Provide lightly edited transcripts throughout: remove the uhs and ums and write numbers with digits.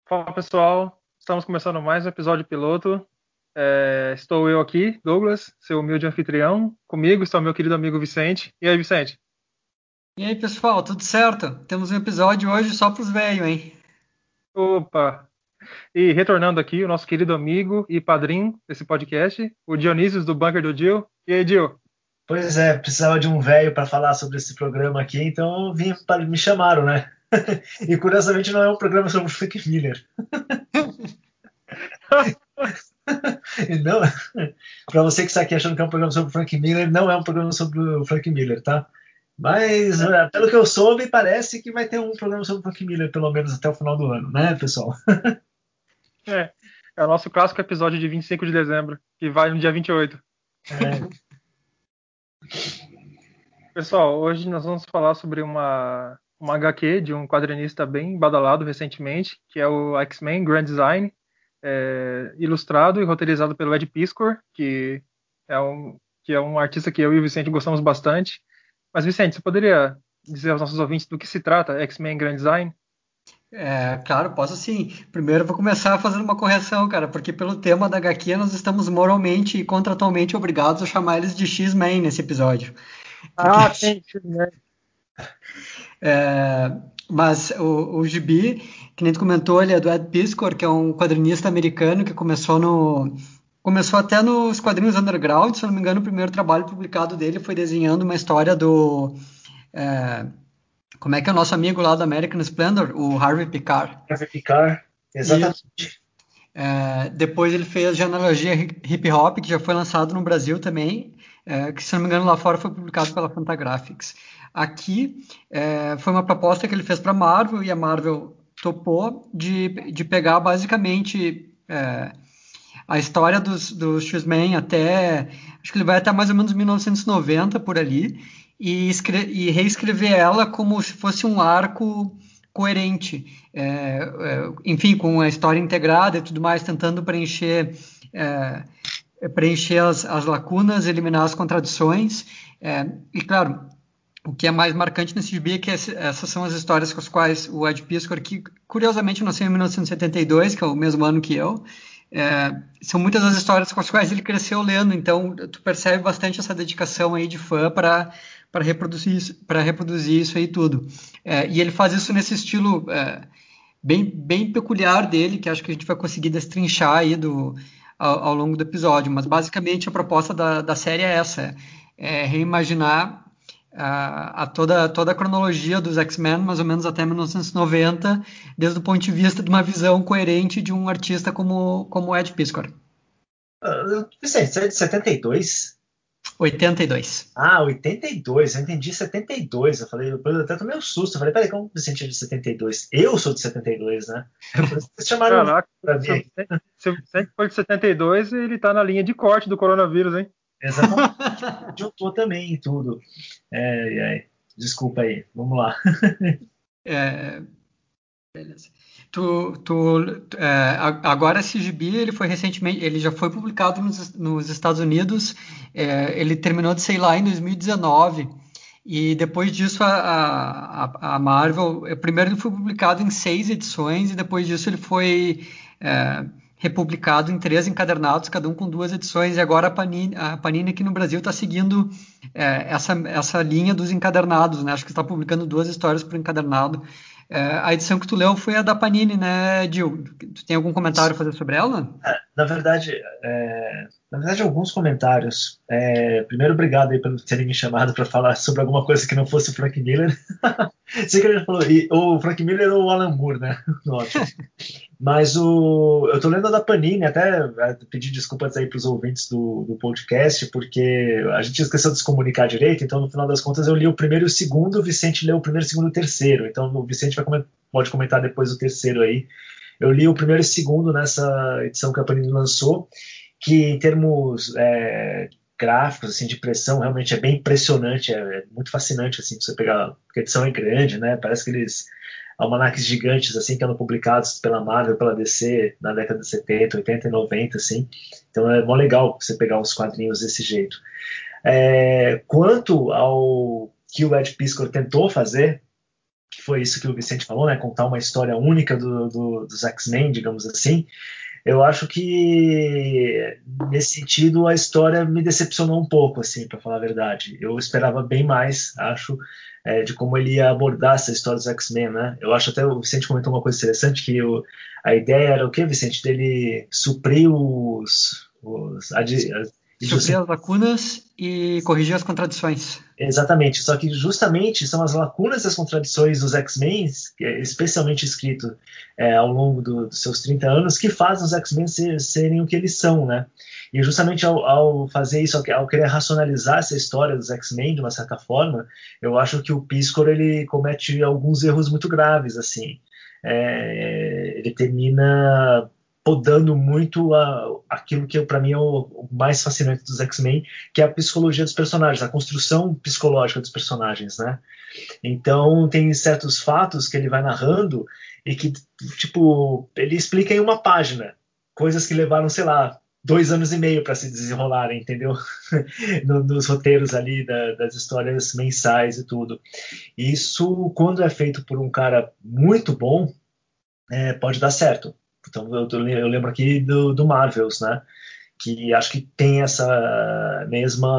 Fala pessoal, estamos começando mais um episódio piloto. Estou eu aqui, Douglas, seu humilde anfitrião. Comigo está o meu querido amigo Vicente. E aí, Vicente? E aí, pessoal, tudo certo? Temos um episódio hoje só pros velhos, hein? Opa! E retornando aqui, o nosso querido amigo e padrinho desse podcast, o Dionísio do Bunker do Dio. E aí, Dio? Pois é, precisava de um velho para falar sobre esse programa aqui, então eu vim me chamaram, né? E curiosamente não é um programa sobre o Frank Miller. E não, para você que está aqui achando que é um programa sobre o Frank Miller, não é um programa sobre o Frank Miller, tá? Mas pelo que eu soube, parece que vai ter um programa sobre o Frank Miller, pelo menos até o final do ano, né, pessoal? É, é o nosso clássico episódio de 25 de dezembro, que vai no dia 28. É, Pessoal, hoje nós vamos falar sobre uma HQ de um quadrinista bem badalado recentemente, que é o X-Men Grand Design, ilustrado e roteirizado pelo Ed Piskor, é que é um artista que eu e o Vicente gostamos bastante. Mas, Vicente, você poderia dizer aos nossos ouvintes do que se trata X-Men Grand Design? Claro, posso sim. Primeiro eu vou começar fazendo uma correção, cara, porque pelo tema da HQ nós estamos moralmente e contratualmente obrigados a chamar eles de X-Men nesse episódio. Porque, Ah, sim, né? é, mas o Gibi, que nem tu comentou, ele é do Ed Piskor, que é um quadrinista americano que começou até nos quadrinhos underground, se eu não me engano, o primeiro trabalho publicado dele foi desenhando uma história do é, como é que é o nosso amigo lá do American Splendor, o Harvey Picard. para ficar Isso. exatamente. Depois ele fez Genealogia Hip Hop, que já foi lançado no Brasil também, que se não me engano lá fora foi publicado pela Fantagraphics. Aqui foi uma proposta que ele fez para a Marvel e a Marvel topou de pegar basicamente a história dos X-Men até. Acho que ele vai até mais ou menos 1990 por ali, e reescrever ela como se fosse um arco coerente. Enfim, com a história integrada e tudo mais, tentando é, preencher as lacunas, eliminar as contradições. E claro, o que é mais marcante nesse gibi é que essas são as histórias com as quais o Ed Piskor, que curiosamente nasceu em 1972, que é o mesmo ano que eu, são muitas das histórias com as quais ele cresceu lendo, então tu percebe bastante essa dedicação aí de fã para reproduzir isso aí tudo. E ele faz isso nesse estilo bem peculiar dele, que acho que a gente vai conseguir destrinchar aí ao longo do episódio. Mas basicamente a proposta da série é essa: reimaginar toda a cronologia dos X-Men, mais ou menos até 1990, desde o ponto de vista de uma visão coerente de um artista como Ed Piskor. Vicente, você é de 72? 82. Ah, 82, eu entendi 72. Eu falei, eu até tomei um susto. Eu falei, peraí, como você sentia de 72? Eu sou de 72, né? É por isso que vocês chamaram um Caraca, pra mim se o aqui. Vicente, se o Vicente foi de 72, ele tá na linha de corte do coronavírus, hein? Exatamente, eu tô também em tudo. Desculpa aí, vamos lá. É, beleza. Agora esse gibi ele foi recentemente, ele já foi publicado nos Estados Unidos, ele terminou de sei lá em 2019 e depois disso a Marvel, primeiro ele foi publicado em 6 edições e depois disso ele foi republicado em 3 encadernados, cada um com 2 edições, e agora a Panini aqui no Brasil está seguindo essa linha dos encadernados, né? Acho que está publicando 2 histórias por encadernado. A edição que tu leu foi a da Panini, né, Gil? Tu tem algum comentário a fazer sobre ela? Na verdade, alguns comentários. Primeiro, obrigado aí por terem me chamado para falar sobre alguma coisa que não fosse o Frank Miller. Sei que ele falou, o Frank Miller ou o Alan Moore, né? Ótimo. Mas eu tô lendo a da Panini, até pedir desculpas aí para os ouvintes do podcast, porque a gente esqueceu de se comunicar direito, então no final das contas eu li o primeiro e o segundo, o Vicente leu o primeiro, o segundo e o terceiro. Então o Vicente pode comentar depois o terceiro aí. Eu li o primeiro e o segundo nessa edição que a Panini lançou, que em termos gráficos, assim, de impressão, realmente é bem impressionante, é muito fascinante, assim, você pegar, porque a edição é grande, né, parece aqueles almanaques gigantes, assim, que eram publicados pela Marvel, pela DC, na década de 70, 80 e 90, assim, então é mó legal você pegar uns quadrinhos desse jeito. Quanto ao que o Ed Piskor tentou fazer, que foi isso que o Vicente falou, né? Contar uma história única dos X-Men, digamos assim. Eu acho que, nesse sentido, a história me decepcionou um pouco, assim, para falar a verdade. Eu esperava bem mais, acho, de como ele ia abordar essa história dos X-Men, né? Eu acho até o Vicente comentou uma coisa interessante, que a ideia era o quê, Vicente? Dele suprir Suprir as lacunas e corrigir as contradições. Exatamente, só que justamente são as lacunas e as contradições dos X-Men, especialmente escrito ao longo dos seus 30 anos, que fazem os X-Men serem o que eles são, né? E justamente ao fazer isso, ao querer racionalizar essa história dos X-Men de uma certa forma, eu acho que o Píscoro ele comete alguns erros muito graves, assim. Ele termina podando muito aquilo que para mim é o mais fascinante dos X-Men, que é a psicologia dos personagens, a construção psicológica dos personagens, né? Então tem certos fatos que ele vai narrando e que, tipo, ele explica em uma página, coisas que levaram, sei lá, 2 anos e meio para se desenrolarem, entendeu? Nos roteiros ali das histórias mensais e tudo. E isso, quando é feito por um cara muito bom, pode dar certo. Então eu lembro aqui do Marvels, né? Que acho que tem essa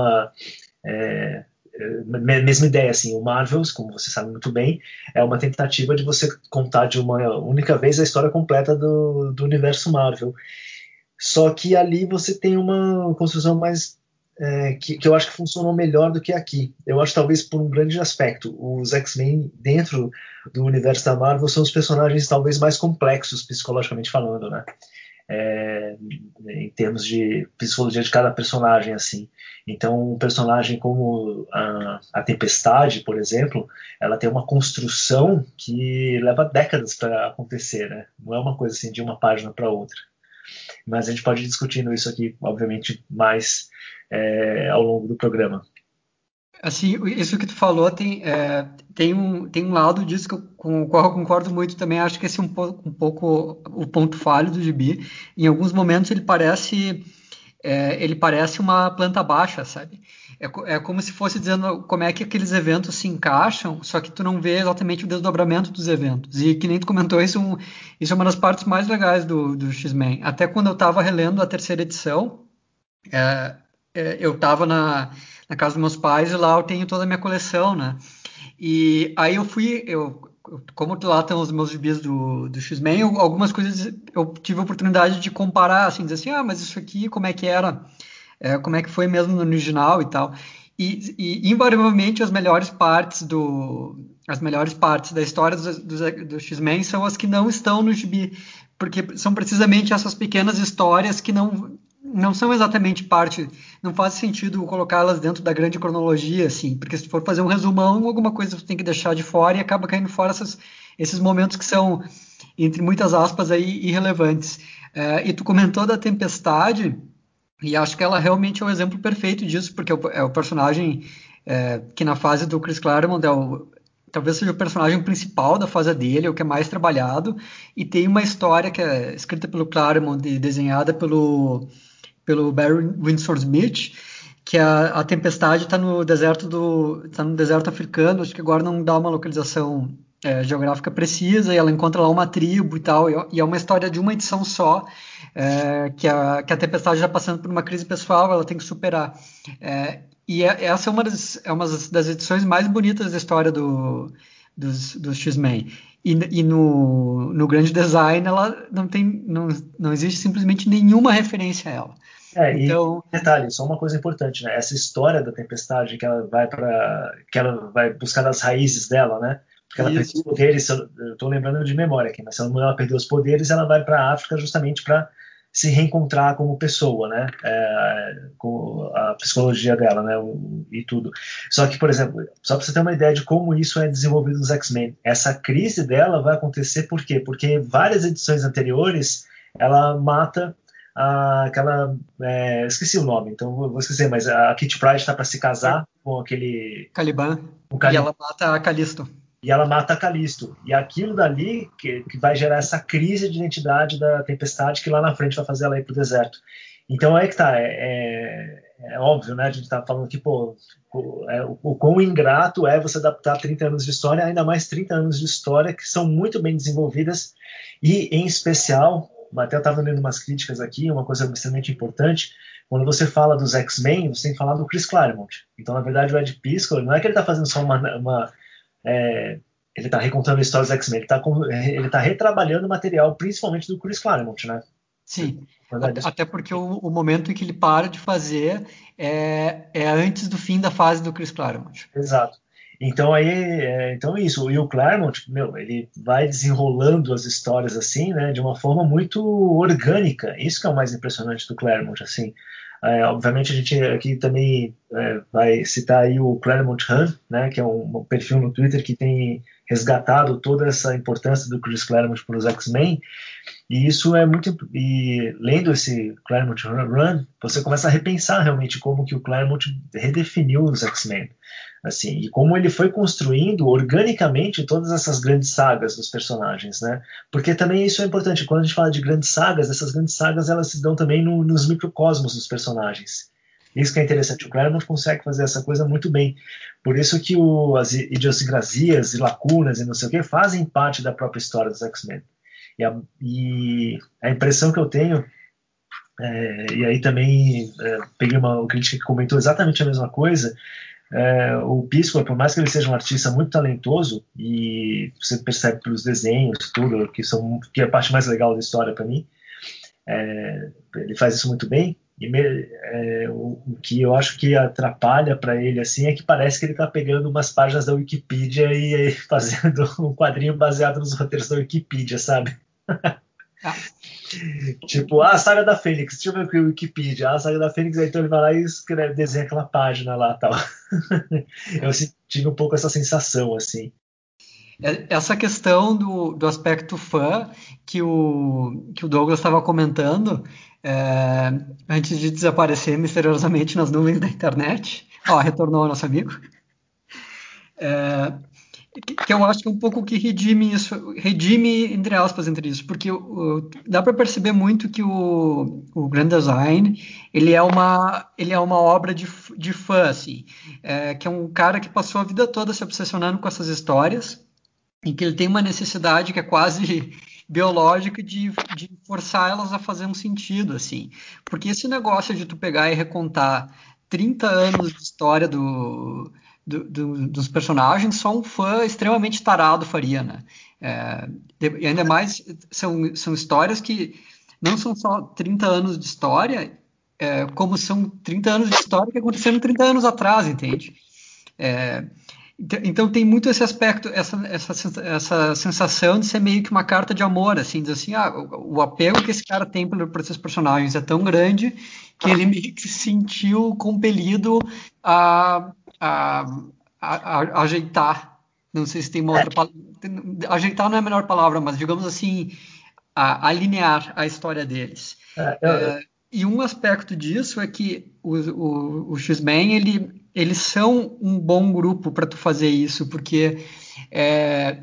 mesma ideia, assim, o Marvels, como você sabe muito bem, é uma tentativa de você contar de uma única vez a história completa do universo Marvel. Só que ali você tem uma construção mais que eu acho que funcionou melhor do que aqui. Eu acho talvez por um grande aspecto. Os X-Men dentro do universo da Marvel são os personagens talvez mais complexos psicologicamente falando, né? Em termos de psicologia de cada personagem, assim. Então, um personagem como a Tempestade, por exemplo, ela tem uma construção que leva décadas para acontecer, né? Não é uma coisa assim de uma página para outra. Mas a gente pode ir discutindo isso aqui, obviamente, mais ao longo do programa. Assim, isso que tu falou tem um lado disso com o qual eu concordo muito também. Acho que esse é um pouco o ponto falho do gibi. Em alguns momentos ele parece uma planta baixa, sabe? É como se fosse dizendo como é que aqueles eventos se encaixam, só que tu não vê exatamente o desdobramento dos eventos. E que nem tu comentou, isso é uma das partes mais legais do X-Men. Até quando eu estava relendo a terceira edição, eu estava na casa dos meus pais e lá eu tenho toda a minha coleção, né? E aí como lá estão os meus gibis do X-Men, algumas coisas eu tive a oportunidade de comparar, assim, dizer assim, mas isso aqui como é que era? Como é que foi mesmo no original e tal. E invariavelmente as melhores partes da história do X-Men são as que não estão no gibi, porque são precisamente essas pequenas histórias que não são exatamente parte, não faz sentido colocá-las dentro da grande cronologia, assim, porque se for fazer um resumão, alguma coisa você tem que deixar de fora e acaba caindo fora esses momentos que são, entre muitas aspas, aí, irrelevantes. E tu comentou da Tempestade, e acho que ela realmente é o exemplo perfeito disso, porque é o personagem que na fase do Chris Claremont talvez seja o personagem principal da fase dele, é o que é mais trabalhado, e tem uma história que é escrita pelo Claremont e desenhada pelo Barry Windsor Smith, que a tempestade está no deserto africano, acho que agora não dá uma localização geográfica precisa, e ela encontra lá uma tribo e tal, e é uma história de uma edição só, que a tempestade já passando por uma crise pessoal, ela tem que superar. Essa é uma das edições mais bonitas da história dos X-Men. E no grande design, ela não existe simplesmente nenhuma referência a ela. E Então, detalhe, só uma coisa importante, né? Essa história da tempestade que ela vai buscar nas raízes dela, né? Porque ela perdeu isso. os poderes, eu estou lembrando de memória aqui, mas se ela perdeu os poderes, ela vai para a África justamente para se reencontrar como pessoa, né? Com a psicologia dela, né? E tudo. Só que, por exemplo, só para você ter uma ideia de como isso é desenvolvido nos X-Men, essa crise dela vai acontecer por quê? Porque em várias edições anteriores ela mata aquela. Esqueci o nome, então vou esquecer, mas a Kitty Pryde está para se casar com aquele. Caliban. Com E Caliban, ela mata a Calisto. e ela mata a Calisto. E aquilo dali que vai gerar essa crise de identidade da Tempestade que lá na frente vai fazer ela ir pro deserto. Então é que tá. é óbvio, né? A gente tá falando que, pô, o quão ingrato é você adaptar 30 anos de história, ainda mais 30 anos de história que são muito bem desenvolvidas e, em especial, até eu estava lendo umas críticas aqui, uma coisa extremamente importante, quando você fala dos X-Men, você tem que falar do Chris Claremont. Então, na verdade, o Ed Piscor, não é que ele está fazendo só ele está recontando a história dos X-Men, ele tá retrabalhando o material, principalmente do Chris Claremont, né? Sim, Verdade, até porque o momento em que ele para de fazer é antes do fim da fase do Chris Claremont. exato. Então aí, então é isso. E o Claremont, meu, ele vai desenrolando as histórias assim, né, de uma forma muito orgânica. Isso que é o mais impressionante do Claremont, assim. Obviamente a gente aqui também vai citar aí o Claremont Han, né, que é um perfil no Twitter que tem resgatado toda essa importância do Chris Claremont para os X-Men. E isso é muito. E lendo esse Claremont Run, você começa a repensar realmente como que o Claremont redefiniu os X-Men. Assim, e como ele foi construindo organicamente todas essas grandes sagas dos personagens, né? Porque também isso é importante. Quando a gente fala de grandes sagas, essas grandes sagas elas se dão também nos microcosmos dos personagens. Isso que é interessante. O Claremont consegue fazer essa coisa muito bem. Por isso que as idiosincrasias e lacunas e não sei o que fazem parte da própria história dos X-Men. E a impressão que eu tenho, e aí também peguei uma crítica que comentou exatamente a mesma coisa, o Pisco, por mais que ele seja um artista muito talentoso, e você percebe pelos desenhos, tudo, que é a parte mais legal da história para mim, ele faz isso muito bem, o que eu acho que atrapalha para ele assim é que parece que ele está pegando umas páginas da Wikipedia e fazendo um quadrinho baseado nos roteiros da Wikipedia, sabe? Ah, Tipo, a saga da Fênix, deixa eu ver aqui o Wikipedia, a saga da Fênix, aí então ele vai lá e desenha aquela página lá tal. Eu tive um pouco essa sensação, assim. essa questão do aspecto fã que o Douglas estava comentando, antes de desaparecer misteriosamente nas nuvens da internet. Ó, retornou o nosso amigo. Que eu acho que é um pouco o que redime isso, redime entre aspas entre isso, porque dá para perceber muito que o Grand Design ele é uma obra de fã, assim, que é um cara que passou a vida toda se obsessionando com essas histórias em que ele tem uma necessidade que é quase biológica de forçar elas a fazer um sentido, assim. Porque esse negócio de tu pegar e recontar 30 anos de história dos personagens, só um fã extremamente tarado faria, né? E ainda mais, são histórias que não são só 30 anos de história, como são 30 anos de história que aconteceram 30 anos atrás, entende? É, então tem muito esse aspecto, essa sensação de ser meio que uma carta de amor, assim, diz assim, o apego que esse cara tem por esses personagens é tão grande que ele meio que se sentiu compelido a, a, a ajeitar. Não sei se tem uma outra palavra. Ajeitar não é a melhor palavra, mas digamos assim, a alinhar a história deles. É, eu, E um aspecto disso é que o X-Men, eles são um bom grupo para tu fazer isso, porque é,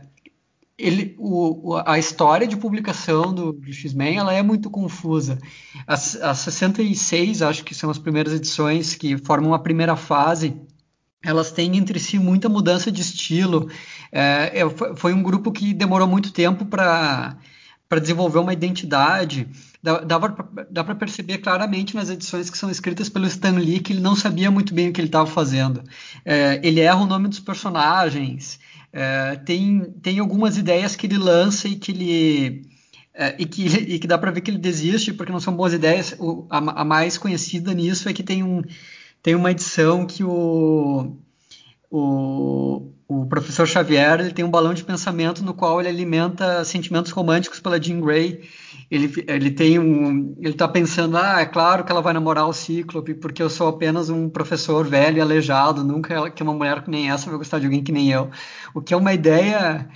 a história de publicação do X-Men ela é muito confusa. As 66, acho que são as primeiras edições que formam a primeira fase, elas têm entre si muita mudança de estilo. Foi um grupo que demorou muito tempo para desenvolver uma identidade. Dá para perceber claramente nas edições que são escritas pelo Stan Lee que ele não sabia muito bem o que ele estava fazendo. Ele erra o nome dos personagens. Tem algumas ideias que ele lança e que dá para ver que ele desiste porque não são boas ideias. A mais conhecida nisso é que tem uma edição que o professor Xavier ele tem um balão de pensamento no qual ele alimenta sentimentos românticos pela Jean Grey. Ele está pensando, é claro que ela vai namorar o Cíclope, porque eu sou apenas um professor velho e aleijado, nunca que uma mulher que nem essa vai gostar de alguém que nem eu. O que é uma ideia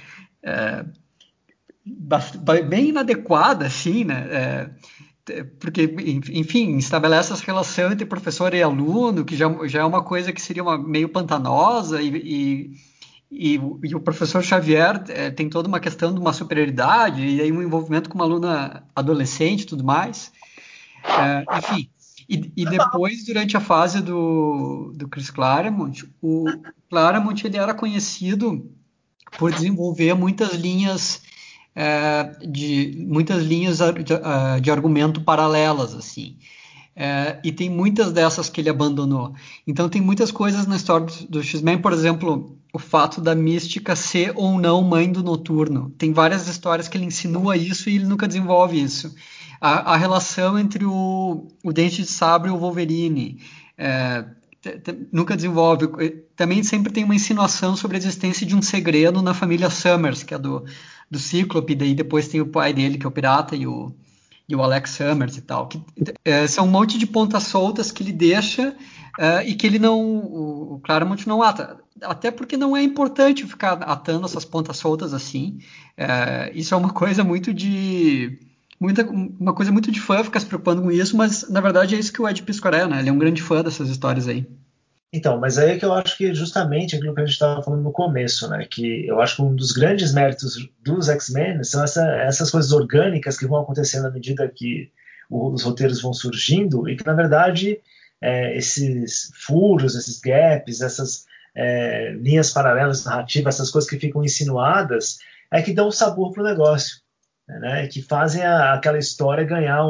bem inadequada, assim, né? Porque, enfim, estabelece essa relação entre professor e aluno, que já é uma coisa que seria meio pantanosa, e o professor Xavier tem toda uma questão de uma superioridade, e aí um envolvimento com uma aluna adolescente e tudo mais. Enfim, E depois, durante a fase do Chris Claremont, o Claremont ele era conhecido por desenvolver muitas linhas de argumento paralelas, assim. E tem muitas dessas que ele abandonou. Então tem muitas coisas na história do X-Men, por exemplo, o fato da Mística ser ou não mãe do Noturno. Tem várias histórias que ele insinua isso e ele nunca desenvolve isso. A relação entre o Dente de Sabre e o Wolverine. Nunca desenvolve. Também sempre tem uma insinuação sobre a existência de um segredo na família Summers, que é do Cíclope, daí depois tem o pai dele, que é o Pirata, e o Alex Summers e tal. São um monte de pontas soltas que ele deixa e que ele não. O Claremont não ata. Até porque não é importante ficar atando essas pontas soltas assim. Isso é uma coisa muito de. Uma coisa muito de fã ficar se preocupando com isso, mas na verdade é isso que o Ed Piscor é, né? Ele é um grande fã dessas histórias aí. Então, mas aí é que eu acho que justamente aquilo que a gente estava falando no começo, né? Que eu acho que um dos grandes méritos dos X-Men são essas coisas orgânicas que vão acontecendo à medida que os roteiros vão surgindo e que, na verdade, esses furos, esses gaps, essas linhas paralelas narrativas, essas coisas que ficam insinuadas, é que dão sabor para o negócio, né? Que fazem aquela história ganhar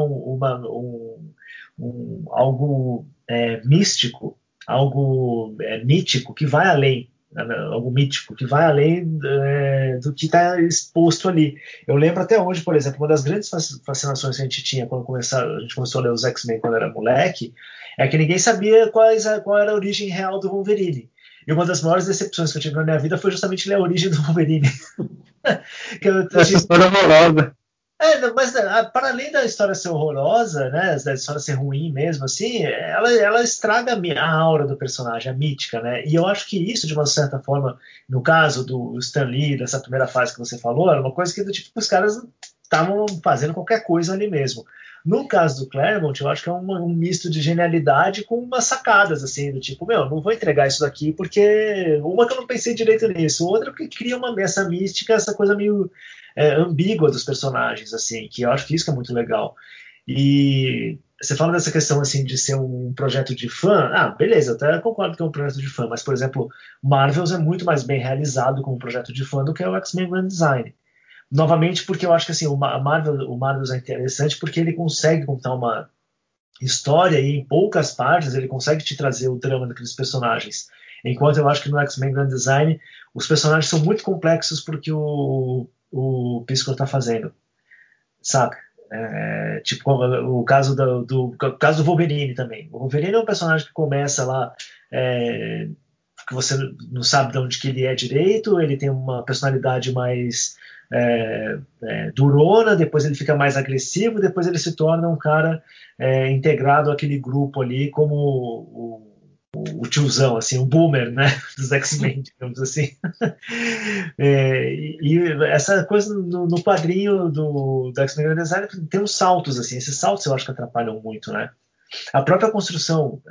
algo místico, algo mítico que vai além, né, algo mítico que vai além do que está exposto ali. Eu lembro até hoje, por exemplo, uma das grandes fascinações que a gente tinha quando a gente começou a ler os X-Men quando era moleque, é que ninguém sabia qual era a origem real do Wolverine. E uma das maiores decepções que eu tive na minha vida foi justamente ler a origem do Wolverine. Essa história é horrorosa. Mas para além da história ser horrorosa, né, da história ser ruim mesmo, assim, ela estraga a aura do personagem, a mítica, né? E eu acho que isso, de uma certa forma, no caso do Stan Lee, dessa primeira fase que você falou, era uma coisa que do tipo os caras estavam fazendo qualquer coisa ali mesmo. No caso do Claremont, eu acho que é um misto de genialidade com umas sacadas, assim, do tipo, meu, não vou entregar isso daqui porque uma que eu não pensei direito nisso, outra porque cria essa mística, essa coisa meio ambígua dos personagens, assim, que eu acho que isso que é muito legal. E você fala dessa questão, assim, de ser um projeto de fã, beleza, eu até concordo que é um projeto de fã, mas, por exemplo, Marvels é muito mais bem realizado como projeto de fã do que o X-Men Grand Design. Novamente, porque eu acho que, assim, o Marvels é interessante porque ele consegue contar uma história e em poucas partes ele consegue te trazer o drama daqueles personagens. Enquanto eu acho que no X-Men Grand Design os personagens são muito complexos porque o Pisco está fazendo, saca? Tipo o caso o caso do Wolverine também. O Wolverine é um personagem que começa lá que você não sabe de onde que ele é direito, ele tem uma personalidade mais durona, depois ele fica mais agressivo, depois ele se torna um cara integrado àquele grupo ali como o tiozão, assim, o boomer, né, dos X-Men, digamos assim. E essa coisa no quadrinho do X-Men Grand Design tem uns saltos, assim, esses saltos eu acho que atrapalham muito, né? A própria construção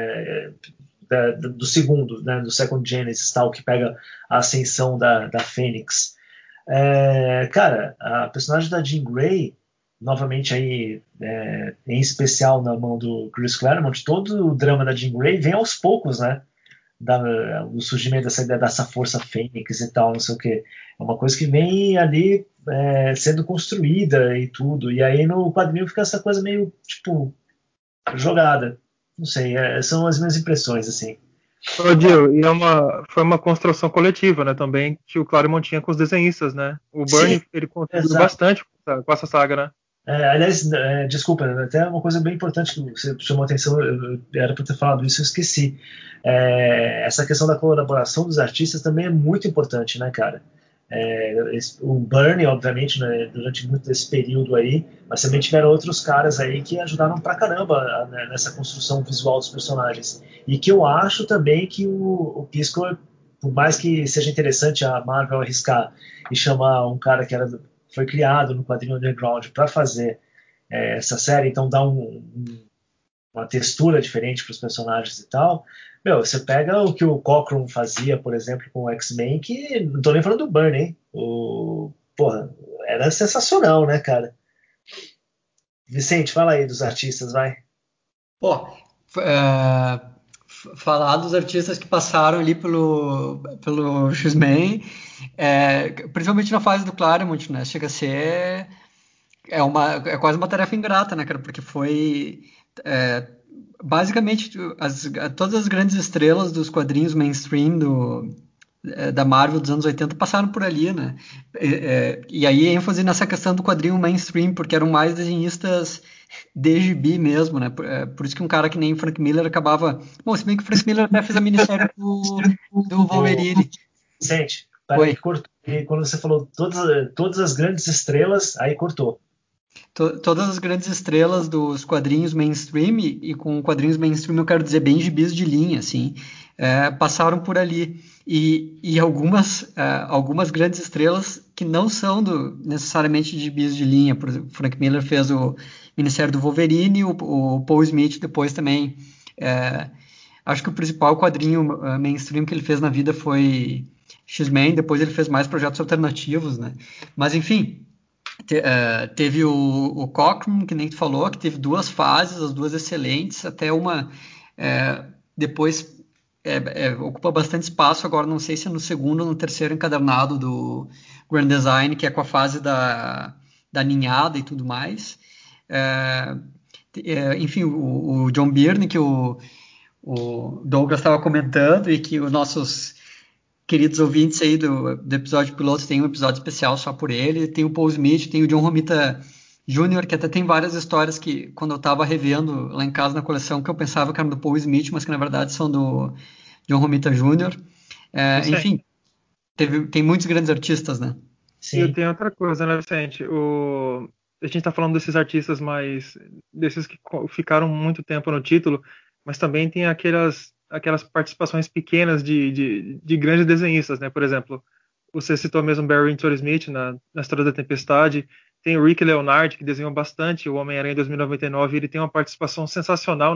do segundo, né, do Second Genesis, tal, que pega a ascensão da Fênix. Cara, a personagem da Jean Grey, novamente aí, em especial na mão do Chris Claremont, todo o drama da Jean Grey vem aos poucos, né? Do surgimento dessa ideia dessa força fênix e tal, não sei o que. É uma coisa que vem ali sendo construída e tudo. E aí no quadrinho fica essa coisa meio, tipo, jogada. Não sei, são as minhas impressões, assim. Ô, Gil, e foi uma construção coletiva, né, também, que o Claremont tinha com os desenhistas, né? O Sim, Byrne, ele contribuiu exato. bastante com essa saga, né? Aliás, desculpa, até uma coisa bem importante que você chamou a atenção, era para ter falado isso, eu esqueci. Essa questão da colaboração dos artistas também é muito importante, né, cara? O Bernie, obviamente, né, durante muito desse período aí, mas também tiveram outros caras aí que ajudaram pra caramba, né, nessa construção visual dos personagens. E que eu acho também que o Pisco, por mais que seja interessante a Marvel arriscar e chamar um cara que foi criado no quadrinho underground para fazer essa série, então dá uma textura diferente para os personagens e tal. Meu, você pega o que o Cockrum fazia, por exemplo, com o X-Men, que não tô nem falando do Burn, hein? Porra, era sensacional, né, cara? Vicente, fala aí dos artistas, vai. Pô, falar dos artistas que passaram ali pelo X-Men, principalmente na fase do Claremont, né? Chega a ser é quase uma tarefa ingrata, né, cara? Porque foi é, basicamente todas as grandes estrelas dos quadrinhos mainstream da Marvel dos anos 80 passaram por ali, né? E aí ênfase nessa questão do quadrinho mainstream, porque eram mais desenhistas de gibi mesmo, né? Por isso que um cara que nem Frank Miller acabava. Bom, se bem que o Frank Miller até fez a minissérie do O Wolverine. Vicente, peraí Foi. que cortou. E quando você falou todas as grandes estrelas, aí cortou. Todas as grandes estrelas dos quadrinhos mainstream, e com quadrinhos mainstream eu quero dizer bem gibis de linha, assim, passaram por ali. E algumas grandes estrelas que não são necessariamente de gibis de linha. Por exemplo, Frank Miller fez o Ministério do Wolverine, o Paul Smith depois também. É, acho que o principal quadrinho mainstream que ele fez na vida foi X-Men, depois ele fez mais projetos alternativos, né? Mas enfim, teve o Cochrane, que nem tu falou, que teve duas fases, as duas excelentes, até uma depois ocupa bastante espaço, agora não sei se é no segundo ou no terceiro encadernado do Grand Design, que é com a fase da ninhada e tudo mais. É, enfim, o John Byrne, que o Douglas estava comentando, e que os nossos queridos ouvintes aí do episódio piloto, tem um episódio especial só por ele. Tem o Paul Smith, tem o John Romita Jr., que até tem várias histórias que, quando eu estava revendo lá em casa na coleção, que eu pensava que eram do Paul Smith, mas que na verdade são do John Romita Jr. Vicente, Enfim, tem muitos grandes artistas, né? e Sim. tem outra coisa, né, Vicente? A gente tá falando desses artistas mais. Desses que ficaram muito tempo no título, mas também tem aquelas participações pequenas de grandes desenhistas, né? Por exemplo, você citou mesmo Barry Windsor Smith na História da Tempestade. Tem o Rick Leonard, que desenhou bastante o Homem-Aranha em 2099. Ele tem uma participação sensacional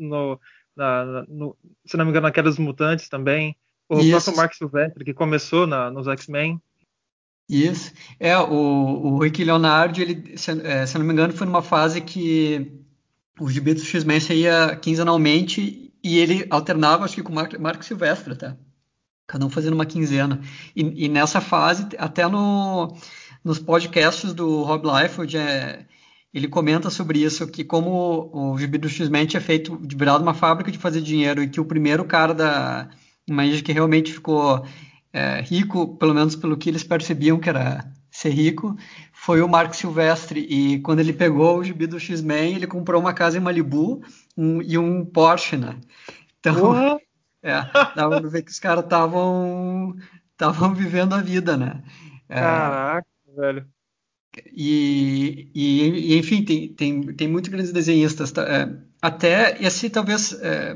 se não me engano, na Queda dos Mutantes também. O próprio Isso, Mark Silvestre, que começou nos X-Men. isso. O Rick Leonardi, ele, se eu não me engano, foi numa fase que o gibi do X-Men saía quinzenalmente e ele alternava, acho que com o Mark Silvestre até. Cada um fazendo uma quinzena. E nessa fase, até nos podcasts do Rob Liefeld, ele comenta sobre isso, que como o gibi do X-Men tinha virado uma fábrica de fazer dinheiro, e que o primeiro cara da Imagine que realmente ficou rico, pelo menos pelo que eles percebiam que era ser rico, foi o Mark Silvestre. E quando ele pegou o gibi do X-Men, ele comprou uma casa em Malibu e um Porsche, né? Então, Porra! dava pra ver que os caras estavam vivendo a vida, né? É, Caraca, velho. enfim, tem muitos grandes desenhistas. Tá? Até esse talvez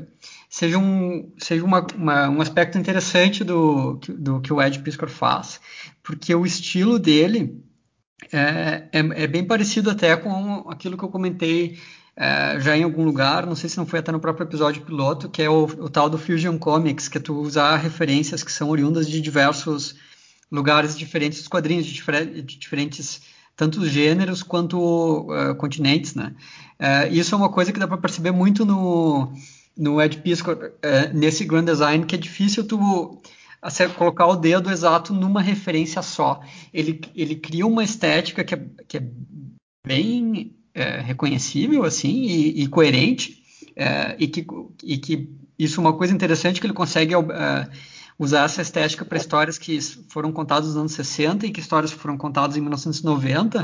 seja um aspecto interessante do que o Ed Piscor faz, porque o estilo dele é bem parecido até com aquilo que eu comentei já em algum lugar, não sei se não foi até no próprio episódio piloto, que é o tal do Fusion Comics, que é tu usar referências que são oriundas de diversos lugares diferentes dos quadrinhos, de diferentes tanto gêneros quanto continentes, né? Isso é uma coisa que dá para perceber muito no Ed Piscor, nesse Grand Design, que é difícil tu colocar o dedo exato numa referência só. Ele cria uma estética que é bem reconhecível assim e coerente, e que isso é uma coisa interessante, que ele consegue usar essa estética para histórias que foram contadas nos anos 60 e que histórias foram contadas em 1990,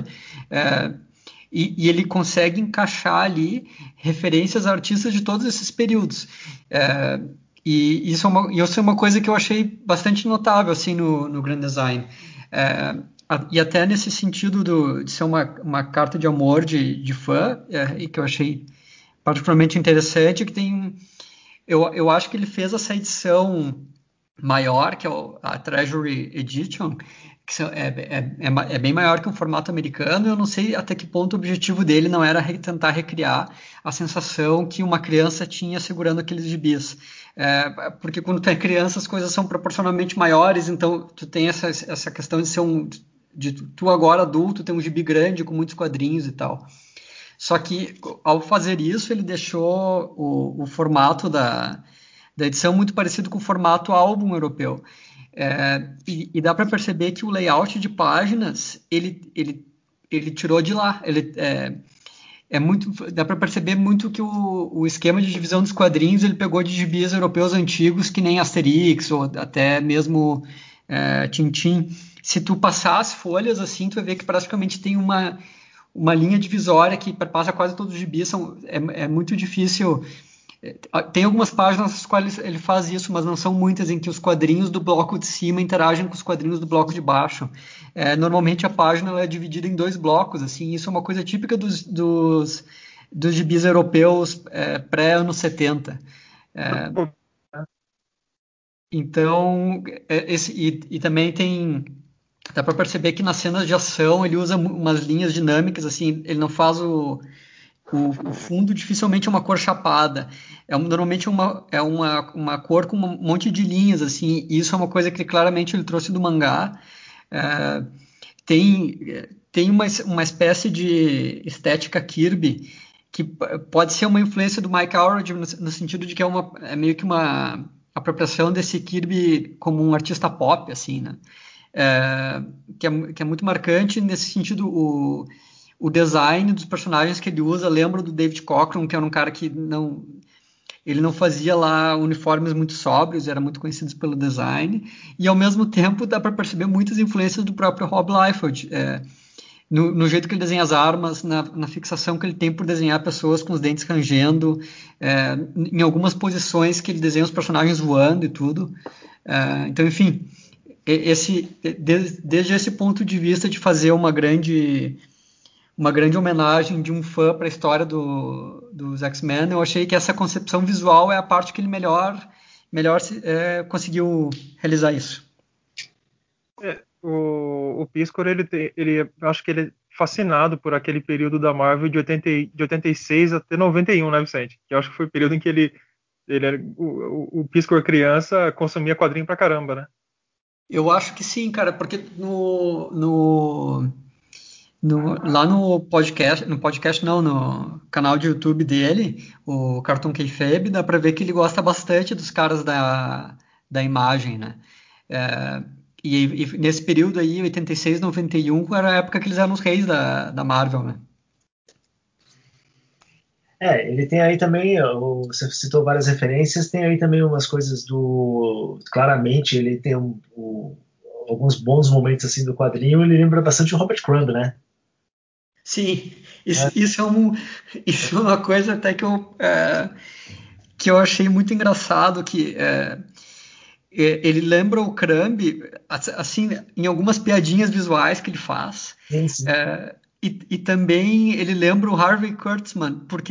e ele consegue encaixar ali referências a artistas de todos esses períodos. Isso é uma coisa que eu achei bastante notável assim no Grand Design. E até nesse sentido de ser uma carta de amor de fã, e que eu achei particularmente interessante, que eu acho que ele fez essa edição maior, que é a Treasury Edition, que é bem maior que um formato americano. Eu não sei até que ponto o objetivo dele não era tentar recriar a sensação que uma criança tinha segurando aqueles gibis. Porque quando tu é criança as coisas são proporcionalmente maiores, então tu tem essa questão de tu agora adulto ter um gibi grande com muitos quadrinhos e tal. Só que, ao fazer isso, ele deixou o formato da edição muito parecido com o formato álbum europeu. E dá para perceber que o layout de páginas ele tirou de lá. Dá para perceber muito que o esquema de divisão dos quadrinhos ele pegou de gibis europeus antigos, que nem Asterix ou até mesmo Tintin. Se tu passar as folhas assim, tu vai ver que praticamente tem uma linha divisória que passa quase todos os gibis. É muito difícil. Tem algumas páginas nas quais ele faz isso, mas não são muitas, em que os quadrinhos do bloco de cima interagem com os quadrinhos do bloco de baixo. Normalmente a página ela é dividida em 2 blocos, assim, isso é uma coisa típica dos gibis europeus pré-anos 70. Então, e também dá para perceber que nas cenas de ação ele usa umas linhas dinâmicas, assim, ele não faz o fundo dificilmente é uma cor chapada. Normalmente uma cor com um monte de linhas, assim. E isso é uma coisa que claramente ele trouxe do mangá. É, tem uma espécie de estética Kirby que pode ser uma influência do Mike Allred no sentido de que é meio que uma apropriação desse Kirby como um artista pop, assim, né? Que é muito marcante nesse sentido. O design dos personagens que ele usa lembra do David Cockrum, que era um cara que ele não fazia lá uniformes muito sóbrios, era muito conhecido pelo design, e ao mesmo tempo dá para perceber muitas influências do próprio Rob Liefeld, no jeito que ele desenha as armas, na fixação que ele tem por desenhar pessoas com os dentes rangendo, em algumas posições que ele desenha os personagens voando e tudo. Então, enfim, desde esse ponto de vista de fazer uma grande homenagem de um fã para a história dos X-Men, eu achei que essa concepção visual é a parte que ele melhor conseguiu realizar isso. O Piscor, eu acho que ele é fascinado por aquele período da Marvel de 86 até 91, né, Vicente? Que eu acho que foi o período em que ele era, o Piscor criança consumia quadrinho pra caramba, né? Eu acho que sim, cara, porque lá no podcast não, no canal de YouTube dele, o Cartoon Kayfabe, dá pra ver que ele gosta bastante dos caras da imagem, né? E nesse período aí, 86, 91, era a época que eles eram os reis da Marvel, né? Ele tem aí também, você citou várias referências, tem aí também umas coisas claramente, ele tem alguns bons momentos assim do quadrinho, ele lembra bastante o Robert Crumb, né? Sim, isso é uma coisa até que eu achei muito engraçado, que ele lembra o Crumb, assim, em algumas piadinhas visuais que ele faz. Sim, sim. E também ele lembra o Harvey Kurtzman, porque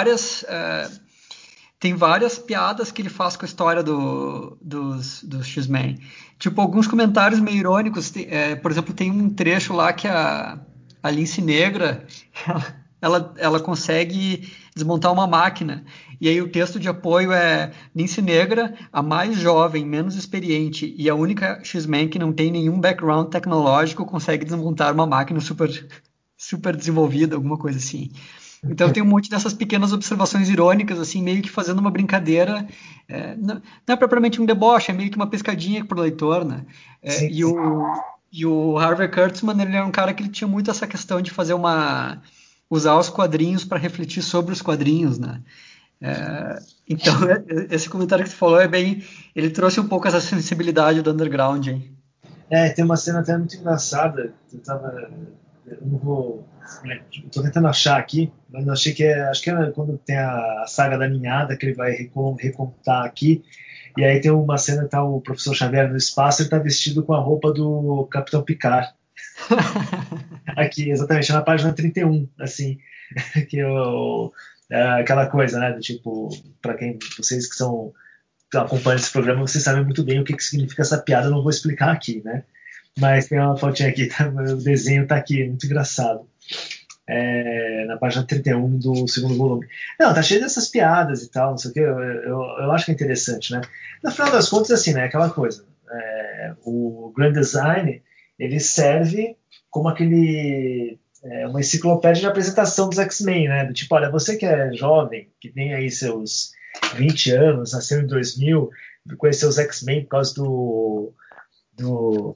tem várias piadas que ele faz com a história dos X-Men. Tipo, alguns comentários meio irônicos. Por exemplo, tem um trecho lá que a Lince Negra ela consegue desmontar uma máquina. E aí o texto de apoio é Lince Negra, a mais jovem, menos experiente e a única X-Men que não tem nenhum background tecnológico consegue desmontar uma máquina super desenvolvida, alguma coisa assim. Então tem um monte dessas pequenas observações irônicas, assim, meio que fazendo uma brincadeira. Não é propriamente um deboche, é meio que uma pescadinha pro leitor, né? Sim. E o Harvey Kurtzman, ele era um cara que ele tinha muito essa questão de usar os quadrinhos para refletir sobre os quadrinhos, né? Então, esse comentário que você falou ele trouxe um pouco essa sensibilidade do underground, hein? Tem uma cena até muito engraçada. Eu não vou. Estou tentando achar aqui, mas eu achei acho que é quando tem a saga da ninhada que ele vai recontar aqui. E aí tem uma cena que tá o professor Xavier no espaço, ele está vestido com a roupa do Capitão Picard. Aqui, exatamente, na página 31, assim, que aquela coisa, né, do tipo, para quem vocês que acompanham esse programa, vocês sabem muito bem o que significa essa piada, eu não vou explicar aqui, né? Mas tem uma fotinha aqui, o desenho está aqui, muito engraçado. Na página 31 do segundo volume. Não, tá cheio dessas piadas e tal, não sei o que, eu acho que é interessante, né? No final das contas, assim, né, aquela coisa, o Grand Design, ele serve como aquele uma enciclopédia de apresentação dos X-Men, né? Do tipo, olha, você que é jovem, que tem aí seus 20 anos, nasceu em 2000, conheceu os X-Men por causa do,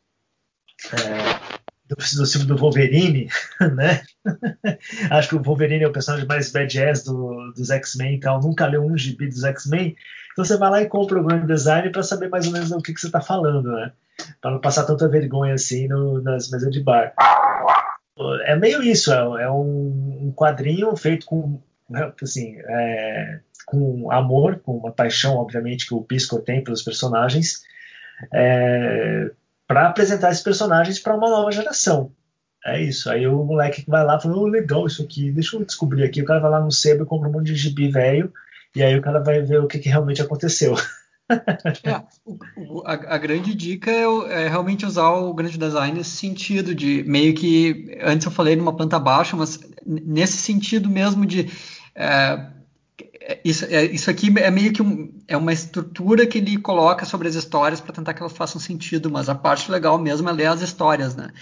do filme do Wolverine, né? Acho que o Wolverine é o personagem mais badass dos X-Men, então nunca leu um gibi dos X-Men. Então você vai lá e compra o Grand Design para saber mais ou menos o que você está falando, né? Para não passar tanta vergonha assim nas mesas de bar. É meio isso, é um quadrinho feito com, assim, com amor, com uma paixão, obviamente, que o Pisco tem pelos personagens, para apresentar esses personagens para uma nova geração. É isso. Aí o moleque que vai lá fala, legal isso aqui, deixa eu descobrir aqui. O cara vai lá no sebo e compra um monte de gibi velho, e aí o cara vai ver o que realmente aconteceu. A grande dica é realmente usar o Grand Design nesse sentido de meio que, antes eu falei numa planta baixa, mas nesse sentido mesmo de isso aqui é meio que é uma estrutura que ele coloca sobre as histórias para tentar que elas façam sentido, mas a parte legal mesmo é ler as histórias, né?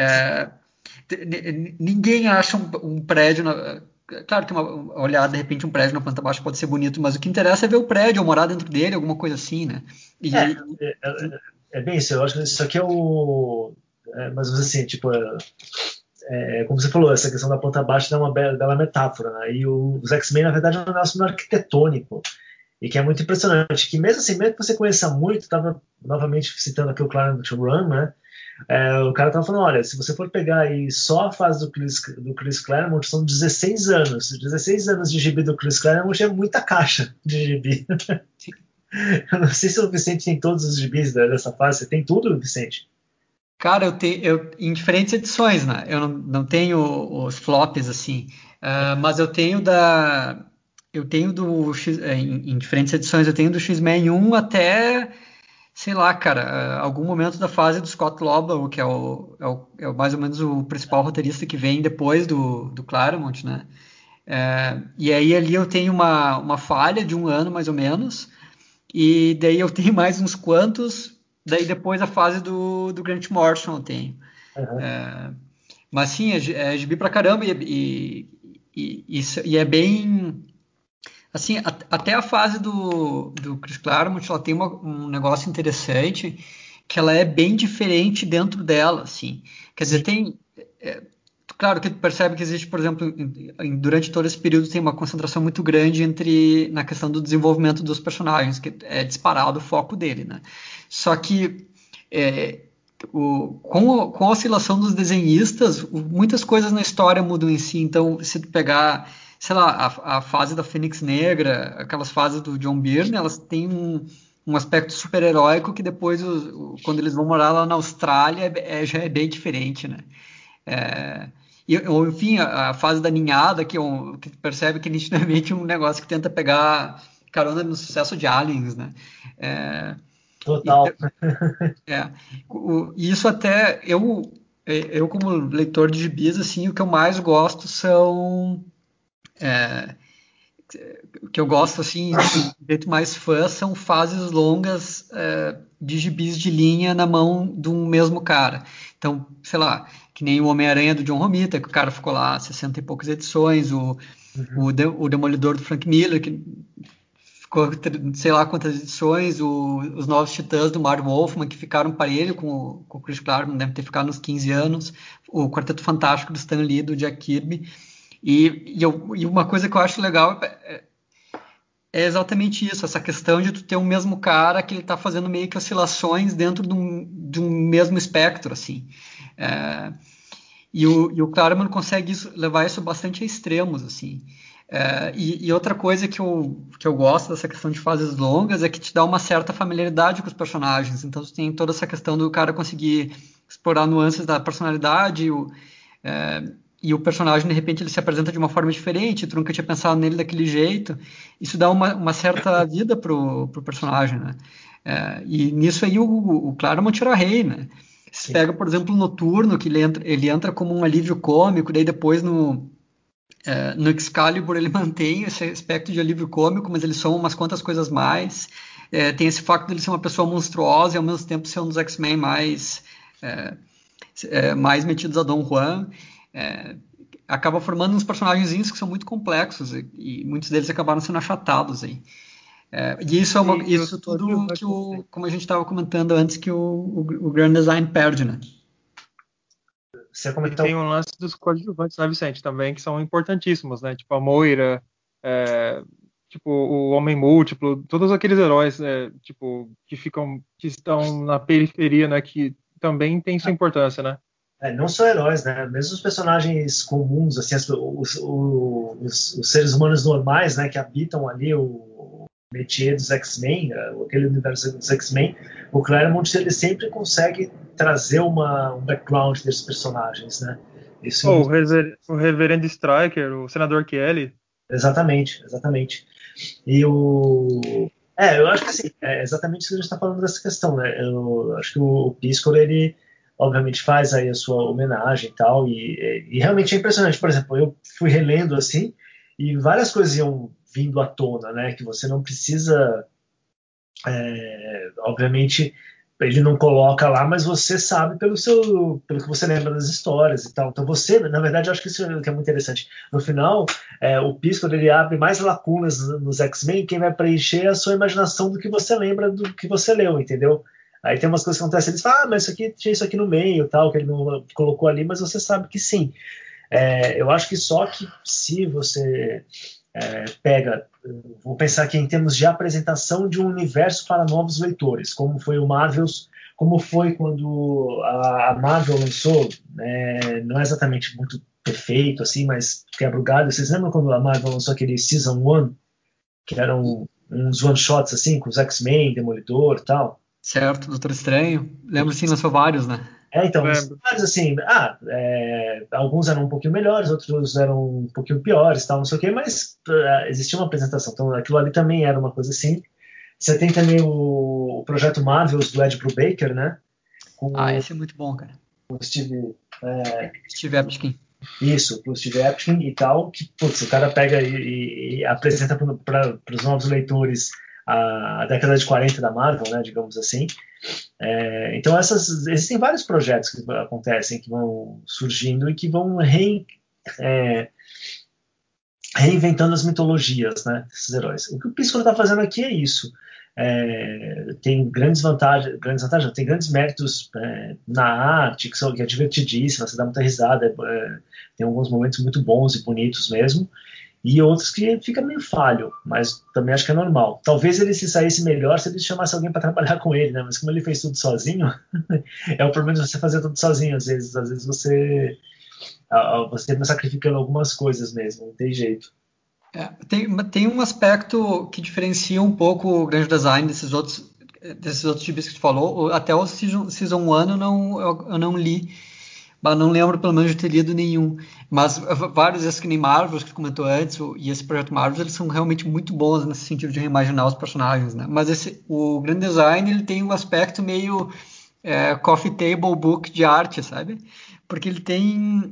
Ninguém acha um prédio. Claro que olhar de repente um prédio na planta baixa pode ser bonito, mas o que interessa é ver o prédio, ou morar dentro dele, alguma coisa assim, né? É, é bem isso. Eu acho que isso aqui é o. Mais ou menos assim, tipo, como você falou, essa questão da planta baixa é uma bela metáfora, né? E os X-Men, na verdade, é um negócio arquitetônico. E que é muito impressionante. Que mesmo assim, mesmo que você conheça muito, estava novamente citando aqui o Claremont Run, né? O cara estava falando, olha, se você for pegar aí só a fase do Chris Claremont, são 16 anos. 16 anos de gibi do Chris Claremont é muita caixa de gibi. Eu não sei se o Vicente tem todos os gibis dessa fase. Você tem tudo, Vicente? Cara, em diferentes edições, né? Eu não tenho os flops assim, mas eu tenho do X, em diferentes edições, eu tenho do X-Men 1 até, sei lá, cara, algum momento da fase do Scott Lobdell, que é mais ou menos o principal roteirista que vem depois do Claremont, né? E aí ali eu tenho uma falha de um ano mais ou menos, e daí eu tenho mais uns quantos, daí depois a fase do Grant Morrison eu tenho. Uhum. Mas sim, é gibi pra caramba e é bem. Assim, até a fase do Chris Claremont, ela tem um negócio interessante, que ela é bem diferente dentro dela, assim. Quer dizer, Sim. tem. Claro que tu percebe que existe, por exemplo, durante todo esse período tem uma concentração muito grande na questão do desenvolvimento dos personagens, que é disparado o foco dele, né? Só que é, com a oscilação dos desenhistas, muitas coisas na história mudam em si. Então, se tu pegar, sei lá, a fase da Fênix Negra, aquelas fases do John Byrne, elas têm um aspecto super-heróico que depois, quando eles vão morar lá na Austrália, já é bem diferente, né? É, ou, enfim, a fase da ninhada, que percebe que nitidamente é um negócio que tenta pegar carona no sucesso de Aliens, né? É, Total. e isso até eu como leitor de gibis, assim, o que eu mais gosto são o que eu gosto assim de jeito mais fã são fases longas de gibis de linha na mão de um mesmo cara. Então, sei lá, que nem o Homem-Aranha do John Romita, que o cara ficou lá 60 e poucas edições, Uhum. o Demolidor do Frank Miller, que ficou sei lá quantas edições, os Novos Titãs do Marv Wolfman, que ficaram parelho com o Chris Claremont, deve ter ficado uns 15 anos, o Quarteto Fantástico do Stan Lee, do Jack Kirby. E uma coisa que eu acho legal é exatamente isso, essa questão de tu ter um mesmo cara que ele está fazendo meio que oscilações dentro de um mesmo espectro, assim. E o Claremont consegue levar isso bastante a extremos, assim. E outra coisa que eu gosto dessa questão de fases longas é que te dá uma certa familiaridade com os personagens. Então, tu tem toda essa questão do cara conseguir explorar nuances da personalidade, e o personagem, de repente, ele se apresenta de uma forma diferente, tu nunca tinha pensado nele daquele jeito. Isso dá uma certa vida pro personagem, né? E nisso aí o Claremont era rei, né? Se Sim. pega, por exemplo, o Noturno, que ele entra como um alívio cômico, daí depois no Excalibur ele mantém esse aspecto de alívio cômico, mas ele soma umas quantas coisas mais. Tem esse facto dele ser uma pessoa monstruosa e ao mesmo tempo ser um dos X-Men mais metidos a Dom Juan. acaba formando uns personagenzinhos que são muito complexos e muitos deles acabaram sendo achatados aí. E isso isso tudo que como a gente estava comentando antes, que o Grand Design perde, né? Você E tem um lance dos coadjuvantes, né, Vicente, também, que são importantíssimos, né? Tipo a Moira, tipo o Homem Múltiplo, todos aqueles heróis, tipo, que estão na periferia, né? Que também tem sua importância, né? Não só heróis, né? Mesmo os personagens comuns, assim, os seres humanos normais, né? Que habitam ali o métier dos X-Men, aquele universo dos X-Men, o Claremont ele sempre consegue trazer um background desses personagens, né? Isso O Reverendo Stryker, o Senador Kelly. exatamente, exatamente. E eu acho que assim, é exatamente isso que a gente está falando dessa questão, né? Eu acho que o Piscor, ele obviamente faz aí a sua homenagem e tal, e realmente é impressionante. Por exemplo, eu fui relendo assim, e várias coisas iam vindo à tona, né? Que você não precisa, obviamente, ele não coloca lá, mas você sabe pelo que você lembra das histórias e tal. Então você, na verdade, eu acho que isso é que é muito interessante. No final, o Pisco ele abre mais lacunas nos X-Men, quem vai preencher é a sua imaginação do que você lembra do que você leu, entendeu? Aí tem umas coisas que acontecem, eles falam, mas isso aqui tinha isso aqui no meio, tal, que ele não colocou ali, mas você sabe que sim. Eu acho que só que se você pega, vou pensar aqui em termos de apresentação de um universo para novos leitores, como foi o Marvels, como foi quando a Marvel lançou, não é exatamente muito perfeito assim, mas quebra o galho. Vocês lembram quando a Marvel lançou aquele Season 1, que eram uns one-shots assim, com os X-Men, Demolidor e tal? Certo, Doutor Estranho. Lembro sim, lançou vários, né? Então, Lembro. mas assim, alguns eram um pouquinho melhores, outros eram um pouquinho piores, tal, não sei o quê, mas existia uma apresentação, então aquilo ali também era uma coisa assim. Você tem também o projeto Marvels do Ed Brubaker, né? Com Esse é muito bom, cara. o Steve, Steve Epstein. isso, pro Steve Epstein e tal, que putz, o cara pega e apresenta para os novos leitores a década de 40 da Marvel, né, digamos assim. Então existem vários projetos que acontecem, que vão surgindo e que vão é, reinventando as mitologias, né, desses heróis. O que o Pisco está fazendo aqui é isso. Tem grandes vantagens, tem grandes méritos na arte, que é divertidíssima, você dá muita risada, tem alguns momentos muito bons e bonitos mesmo, e outros que fica meio falho, mas também acho que é normal. Talvez ele se saísse melhor se ele chamasse alguém para trabalhar com ele, né? Mas como ele fez tudo sozinho, é o problema de você fazer tudo sozinho. Às vezes você está sacrificando algumas coisas mesmo, não tem jeito. Tem um aspecto que diferencia um pouco o Grande Design desses outros gibis que tu falou. Até o Season 1 eu não li, mas não lembro pelo menos de ter lido nenhum. Mas vários desses que nem Marvels, que tu comentou antes, e esse projeto Marvels, eles são realmente muito bons nesse sentido de reimaginar os personagens, né? Mas o Grand Design, ele tem um aspecto meio coffee table book de arte, sabe? Porque ele tem...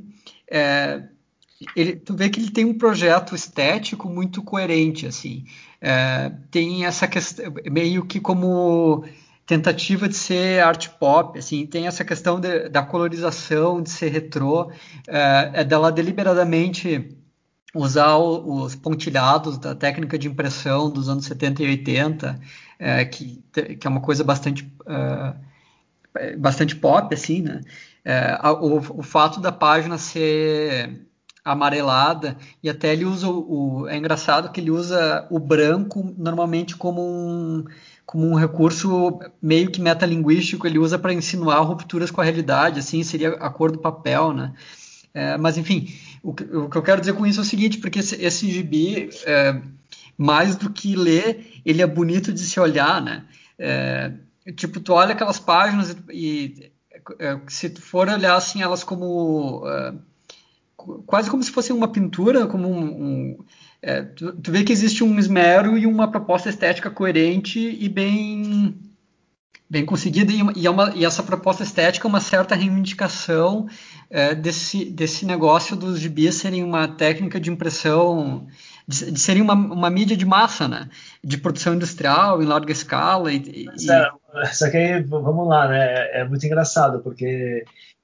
tu vê que ele tem um projeto estético muito coerente, assim. Tem essa questão, meio que como tentativa de ser art pop, assim, tem essa questão da colorização, de ser retrô, dela deliberadamente usar os pontilhados da técnica de impressão dos anos 70 e 80, que é uma coisa bastante pop, assim, né? O fato da página ser amarelada, e até ele usa é engraçado que ele usa o branco normalmente como um recurso meio que metalinguístico, ele usa para insinuar rupturas com a realidade, assim, seria a cor do papel, né? Mas enfim, o que eu quero dizer com isso é o seguinte, porque esse gibi, mais do que ler, ele é bonito de se olhar, né? Tipo, tu olha aquelas páginas se tu for olhar assim elas como quase como se fosse uma pintura, como tu vê que existe um esmero e uma proposta estética coerente e bem conseguida, e essa proposta estética é uma certa reivindicação desse negócio dos gibis serem uma técnica de impressão, de serem uma mídia de massa, né? De produção industrial em larga escala. Só que aí, vamos lá, né? É muito engraçado, porque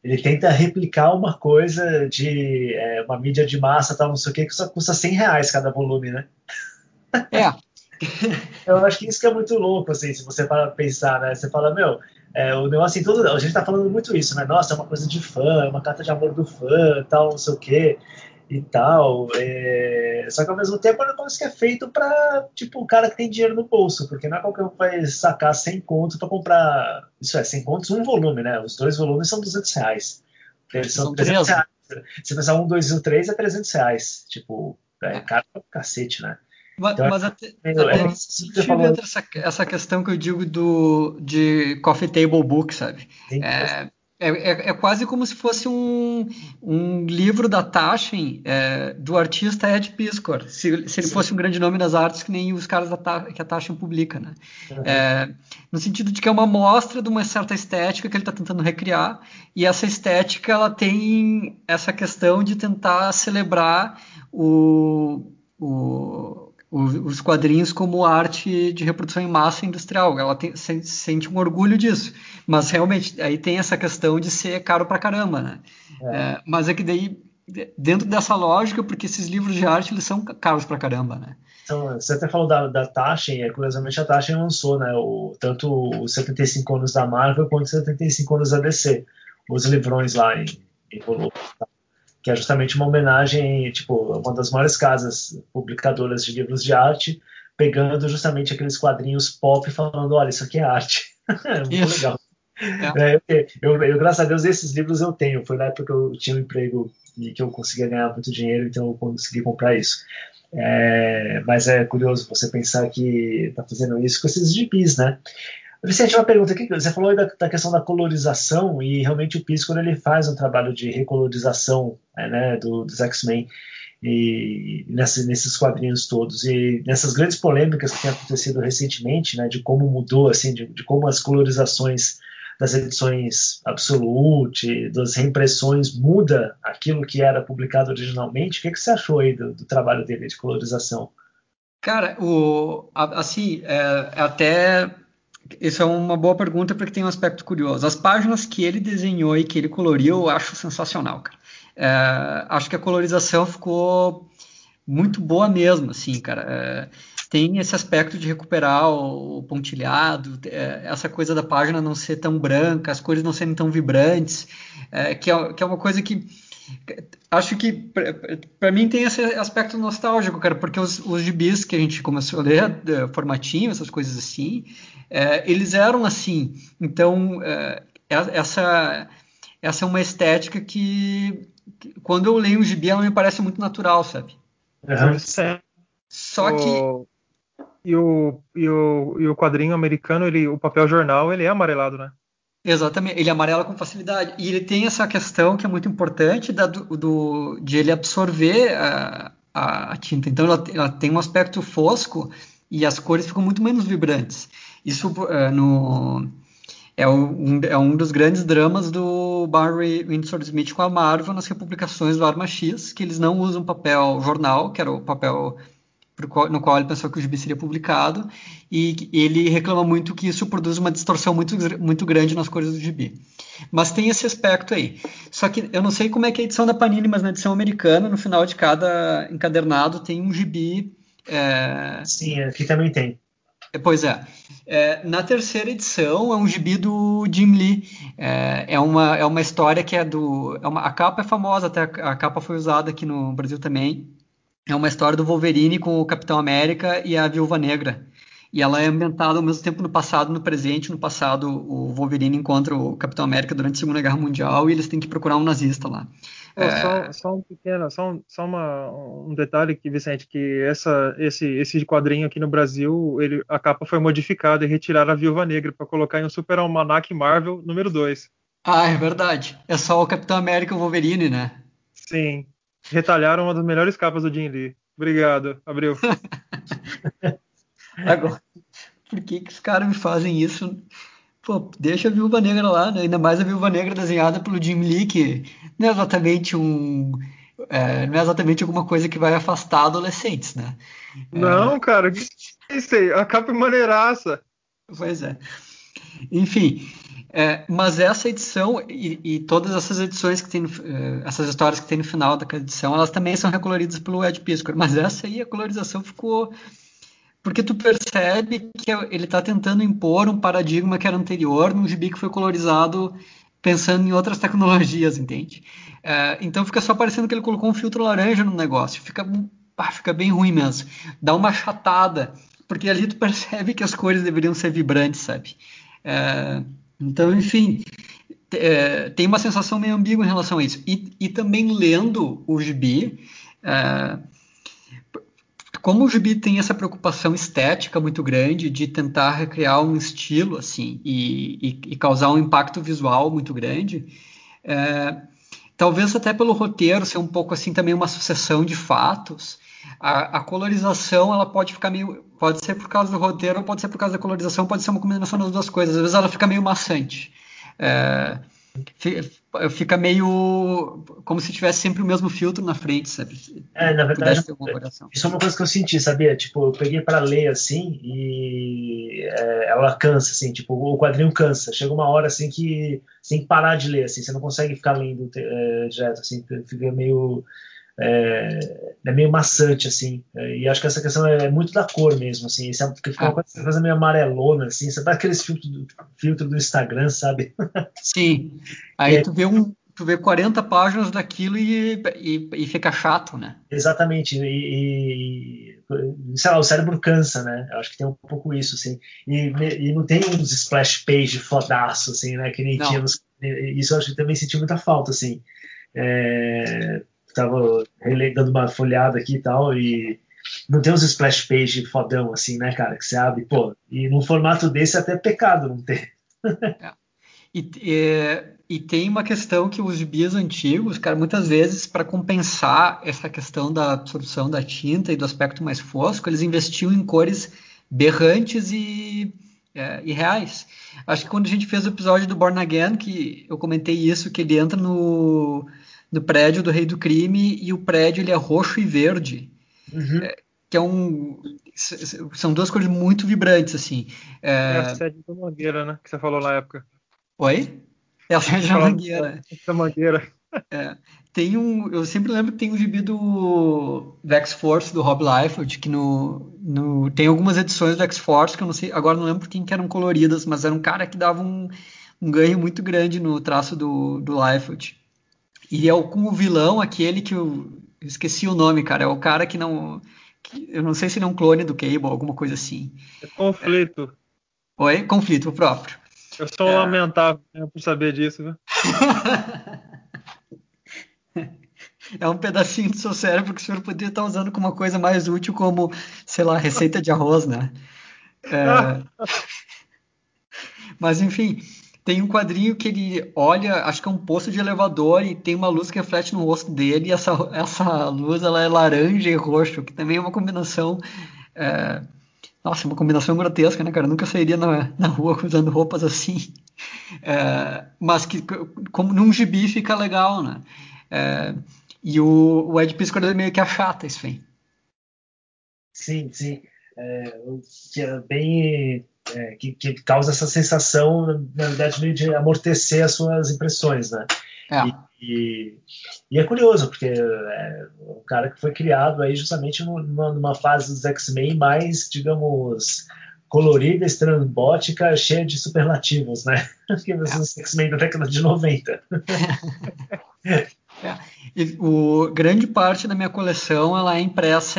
Ele tenta replicar uma coisa de uma mídia de massa, tal, não sei o que só custa R$ 100 cada volume, né? É, Eu acho que isso que é muito louco, assim, se você para pensar, né? Você fala, meu, o negócio em tudo. A gente tá falando muito isso, né? Nossa, é uma coisa de fã, é uma carta de amor do fã, tal, não sei o quê e tal. Só que ao mesmo tempo é um negócio que é feito pra, tipo, o cara que tem dinheiro no bolso, porque não é qualquer um que vai sacar 100 contos pra comprar. Isso é, 100 contos, um volume, né? Os 2 volumes são R$ 200. Eles são são 300 três, né? reais. Se pensar um, dois e o três é R$ 300. Tipo, é caro pra cacete, né? Então Mas até, é até Uhum. isso que você inclusive falou. entra essa questão que eu digo de coffee table book, sabe? Sim, É quase como se fosse um livro da Taschen, do artista Ed Piskor, se ele sim. fosse um grande nome das artes que nem os caras que a Taschen publica, né? Uhum. É, no sentido de que é uma amostra de uma certa estética que ele está tentando recriar, e essa estética ela tem essa questão de tentar celebrar os quadrinhos como arte de reprodução em massa industrial. Ela sente um orgulho disso. Mas realmente, aí tem essa questão de ser caro pra caramba, né? É. Mas é que daí, dentro dessa lógica, porque esses livros de arte eles são caros pra caramba, né? Então, você até falou da Taschen, curiosamente a Taschen lançou, né, tanto os 75 anos da Marvel quanto os 75 anos da DC, os livrões lá em volume, que é justamente uma homenagem, tipo, uma das maiores casas publicadoras de livros de arte, pegando justamente aqueles quadrinhos pop e falando, olha, isso aqui é arte. É muito Isso. legal. É. Graças a Deus, esses livros eu tenho. Foi na época que eu tinha um emprego e que eu conseguia ganhar muito dinheiro, então eu consegui comprar isso. Mas é curioso você pensar que está fazendo isso com esses gibis, né? Vicente, uma pergunta aqui. Você falou aí da questão da colorização e realmente o Pisco ele faz um trabalho de recolorização, né, dos X-Men e nesses quadrinhos todos e nessas grandes polêmicas que têm acontecido recentemente, né, de como mudou, assim, de como as colorizações das edições Absolute, das reimpressões muda aquilo que era publicado originalmente. O que você achou aí do trabalho dele de colorização? Cara, assim, até isso é uma boa pergunta porque tem um aspecto curioso. As páginas que ele desenhou e que ele coloriu, eu acho sensacional, cara. Acho que a colorização ficou muito boa mesmo, assim, cara. Tem esse aspecto de recuperar o pontilhado, essa coisa da página não ser tão branca, as cores não serem tão vibrantes, que é uma coisa que acho que para mim tem esse aspecto nostálgico, cara, porque os gibis que a gente começou a ler, formatinho, essas coisas assim, eles eram assim. Então, essa é uma estética que quando eu leio um gibi, ela me parece muito natural, sabe? O Uhum. Vicente, Só que, o, e o quadrinho americano, o papel jornal, ele é amarelado, né? exatamente, ele amarela com facilidade. E ele tem essa questão que é muito importante de ele absorver a tinta. Então, ela tem um aspecto fosco e as cores ficam muito menos vibrantes. Isso é um dos grandes dramas do Barry Windsor Smith com a Marvel nas republicações do Arma X, que eles não usam papel jornal, que era o papel no qual ele pensou que o gibi seria publicado, e ele reclama muito que isso produz uma distorção muito, muito grande nas cores do gibi. Mas tem esse aspecto aí. Só que eu não sei como é que é a edição da Panini, mas na edição americana, no final de cada encadernado, tem um gibi. Sim, aqui também tem. Pois é. Na terceira edição é um gibi do Jim Lee. É uma história que a capa é famosa, até a capa foi usada aqui no Brasil também. É uma história do Wolverine com o Capitão América e a Viúva Negra. E ela é ambientada ao mesmo tempo no passado e no presente. No passado, o Wolverine encontra o Capitão América durante a Segunda Guerra Mundial e eles têm que procurar um nazista lá. Pô, só um pequeno, um detalhe que, Vicente, que esse quadrinho aqui no Brasil, a capa foi modificada e retiraram a Viúva Negra para colocar em um Super Almanac Marvel número 2. Ah, é verdade. É só o Capitão América e o Wolverine, né? Sim, retalharam uma das melhores capas do Jim Lee. Obrigado, Abril. Agora, por que que os caras me fazem isso? Pô, deixa a Viúva Negra lá, né? Ainda mais a Viúva Negra desenhada pelo Jim Lee, que não é exatamente não é exatamente alguma coisa que vai afastar adolescentes, né? Não, cara, que isso aí? A capa é maneiraça. Pois é. Enfim, Mas essa edição e todas essas edições que tem, essas histórias que tem no final da edição, elas também são recoloridas pelo Ed Piskor. Mas essa aí, a colorização ficou... Porque tu percebe que ele está tentando impor um paradigma que era anterior num gibi que foi colorizado pensando em outras tecnologias, entende? Então fica só parecendo que ele colocou um filtro laranja no negócio. Fica bem ruim mesmo. Dá uma chatada, porque ali tu percebe que as cores deveriam ser vibrantes, sabe? Então, enfim, tem uma sensação meio ambígua em relação a isso. E também lendo o gibi, como o gibi tem essa preocupação estética muito grande de tentar recriar um estilo assim e causar um impacto visual muito grande, talvez até pelo roteiro ser um pouco assim também uma sucessão de fatos, a colorização ela pode ser por causa do roteiro ou pode ser por causa da colorização, pode ser uma combinação das duas coisas. Às vezes ela fica meio maçante. Fica meio como se tivesse sempre o mesmo filtro na frente, sabe? Na verdade, Pudesse ter alguma variação. isso é uma coisa que eu senti, sabia? Tipo, eu peguei para ler assim e ela cansa, assim, tipo, o quadrinho cansa. Chega uma hora assim que você tem que parar de ler, assim, você não consegue ficar lendo direto, assim, fica meio meio maçante, assim. E acho que essa questão é muito da cor mesmo, assim. Porque fica uma coisa meio amarelona, assim. Você dá aqueles filtro do Instagram, sabe? Sim. Aí tu vê 40 páginas daquilo e fica chato, né? Exatamente, sei lá, o cérebro cansa, né? Eu acho que tem um pouco isso, assim. E não tem uns splash page fodaço, assim, né? Que nem tinha Não. Isso eu acho que também senti muita falta, assim. Tava dando uma folhada aqui e tal, e não tem uns splash page fodão, assim, né, cara? Que você abre, pô, e num formato desse é até pecado não ter. É. E tem uma questão que os gibis antigos, cara, muitas vezes, para compensar essa questão da absorção da tinta e do aspecto mais fosco, eles investiam em cores berrantes e reais. Acho que quando a gente fez o episódio do Born Again, que eu comentei isso, que ele entra no prédio do Rei do Crime e o prédio ele é roxo e verde, Uhum. que são duas cores muito vibrantes, assim. É a sede da Mangueira, né? Que você falou na época. Oi? É a Você Sérgio falou Mangueira. da Mangueira. Eu sempre lembro que tem um gibi do X-Force, do Rob Liefeld, que tem algumas edições do X-Force, que eu não sei, agora não lembro quem que eram coloridas, mas era um cara que dava um ganho muito grande no traço do Liefeld. E com o vilão, aquele que eu esqueci o nome, cara, é o cara que não... eu não sei se ele é um clone do Cable, alguma coisa assim. É conflito. Oi? Conflito, o próprio. Eu sou um lamentável, né, por saber disso, viu? É um pedacinho do seu cérebro que o senhor poderia estar usando como uma coisa mais útil, como, sei lá, receita de arroz, né? Mas, enfim, tem um quadrinho que ele olha, acho que é um poço de elevador e tem uma luz que reflete no rosto dele e essa luz ela é laranja e roxo, que também é uma combinação... Nossa, uma combinação grotesca, né, cara? Eu nunca sairia na rua usando roupas assim. Mas que, como num gibi, fica legal, né? E o Ed Piscor meio que achata isso aí. Sim, sim. Que é bem. Que causa essa sensação, na verdade, meio de amortecer as suas impressões, né? É, E, e é curioso, porque é um cara que foi criado aí justamente numa fase dos X-Men mais, digamos, colorida, estrambótica, cheia de superlativos, né? Que é. os X-Men da década de 90. Grande parte da minha coleção ela é impressa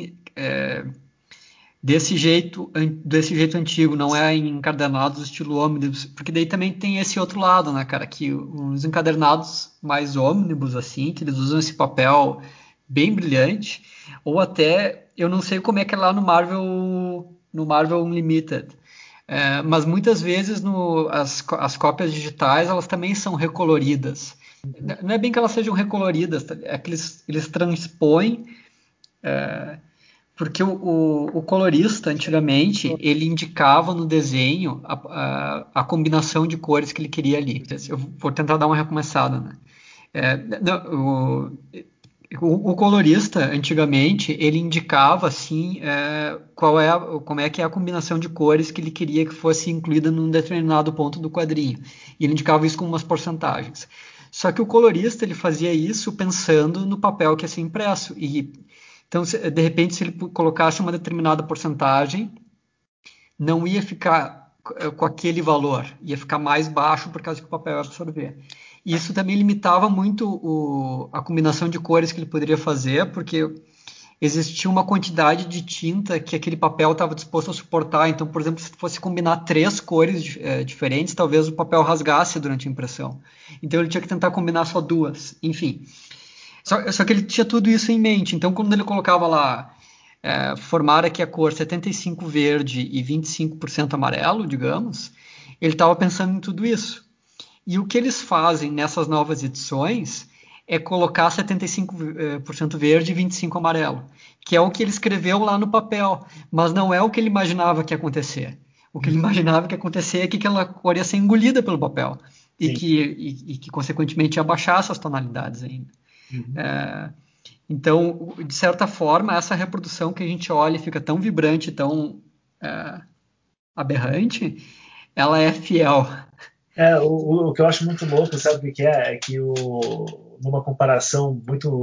desse jeito antigo, não é em encadernados estilo ônibus, porque daí também tem esse outro lado, né, cara, que os encadernados mais ônibus, assim, que eles usam esse papel bem brilhante, ou até, eu não sei como é que é lá no Marvel Unlimited, mas muitas vezes as cópias digitais, elas também são recoloridas. Não é bem que elas sejam recoloridas, é que eles transpõem porque o colorista, antigamente, ele indicava no desenho a combinação de cores que ele queria ali. Eu vou tentar dar uma recomeçada, né? Não, O colorista, antigamente, ele indicava assim como é que é a combinação de cores que ele queria que fosse incluída num determinado ponto do quadrinho. E ele indicava isso com umas porcentagens. Só que o colorista ele fazia isso pensando no papel que ia ser impresso. Então, de repente, se ele colocasse uma determinada porcentagem, não ia ficar com aquele valor, ia ficar mais baixo por causa que o papel ia absorver. E isso também limitava muito a combinação de cores que ele poderia fazer, porque existia uma quantidade de tinta que aquele papel estava disposto a suportar. Então, por exemplo, se fosse combinar 3 cores diferentes, talvez o papel rasgasse durante a impressão. Então, ele tinha que tentar combinar só 2. Enfim. Só que ele tinha tudo isso em mente. Então, quando ele colocava lá, formar aqui a cor 75 verde e 25% amarelo, digamos, ele estava pensando em tudo isso. E o que eles fazem nessas novas edições é colocar 75% verde e 25% amarelo, que é o que ele escreveu lá no papel, mas não é o que ele imaginava que ia acontecer. O que ele imaginava que ia acontecer é que aquela cor ia ser engolida pelo papel e Sim. que consequentemente, ia baixar essas tonalidades ainda. Uhum. Então, de certa forma, essa reprodução que a gente olha e fica tão vibrante, tão aberrante, ela é fiel. O que eu acho muito louco, sabe o que que é? É que numa comparação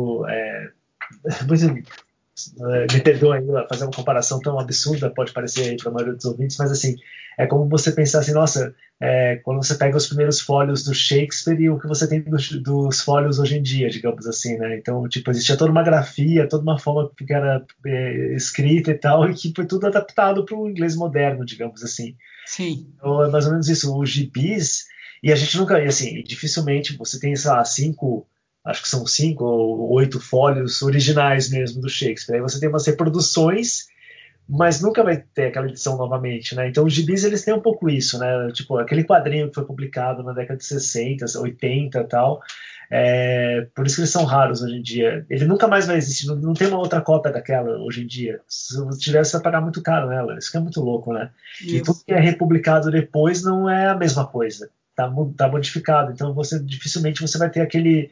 muito me perdoa ainda fazer uma comparação tão absurda, pode parecer para a maioria dos ouvintes, mas assim, é como você pensar assim, nossa, quando você pega os primeiros fólios do Shakespeare e o que você tem dos fólios hoje em dia, digamos assim, né? Então, tipo, existia toda uma grafia, toda uma forma que era escrita e tal, e que foi tudo adaptado para o inglês moderno, digamos assim. Sim. Então, é mais ou menos isso, os gibis, e a gente nunca, e assim, dificilmente você tem, sei lá, acho que são 5 ou 8 fólios originais mesmo do Shakespeare. Aí você tem umas reproduções, mas nunca vai ter aquela edição novamente, né? Então os gibis, eles têm um pouco isso, né? Tipo, aquele quadrinho que foi publicado na década de 60, 80 e tal, por isso que eles são raros hoje em dia. Ele nunca mais vai existir, não tem uma outra cópia daquela hoje em dia. Se tivesse, vai pagar muito caro nela. Isso que é muito louco, né? E tudo Isso. que é republicado depois não é a mesma coisa. Tá modificado. Então dificilmente você vai ter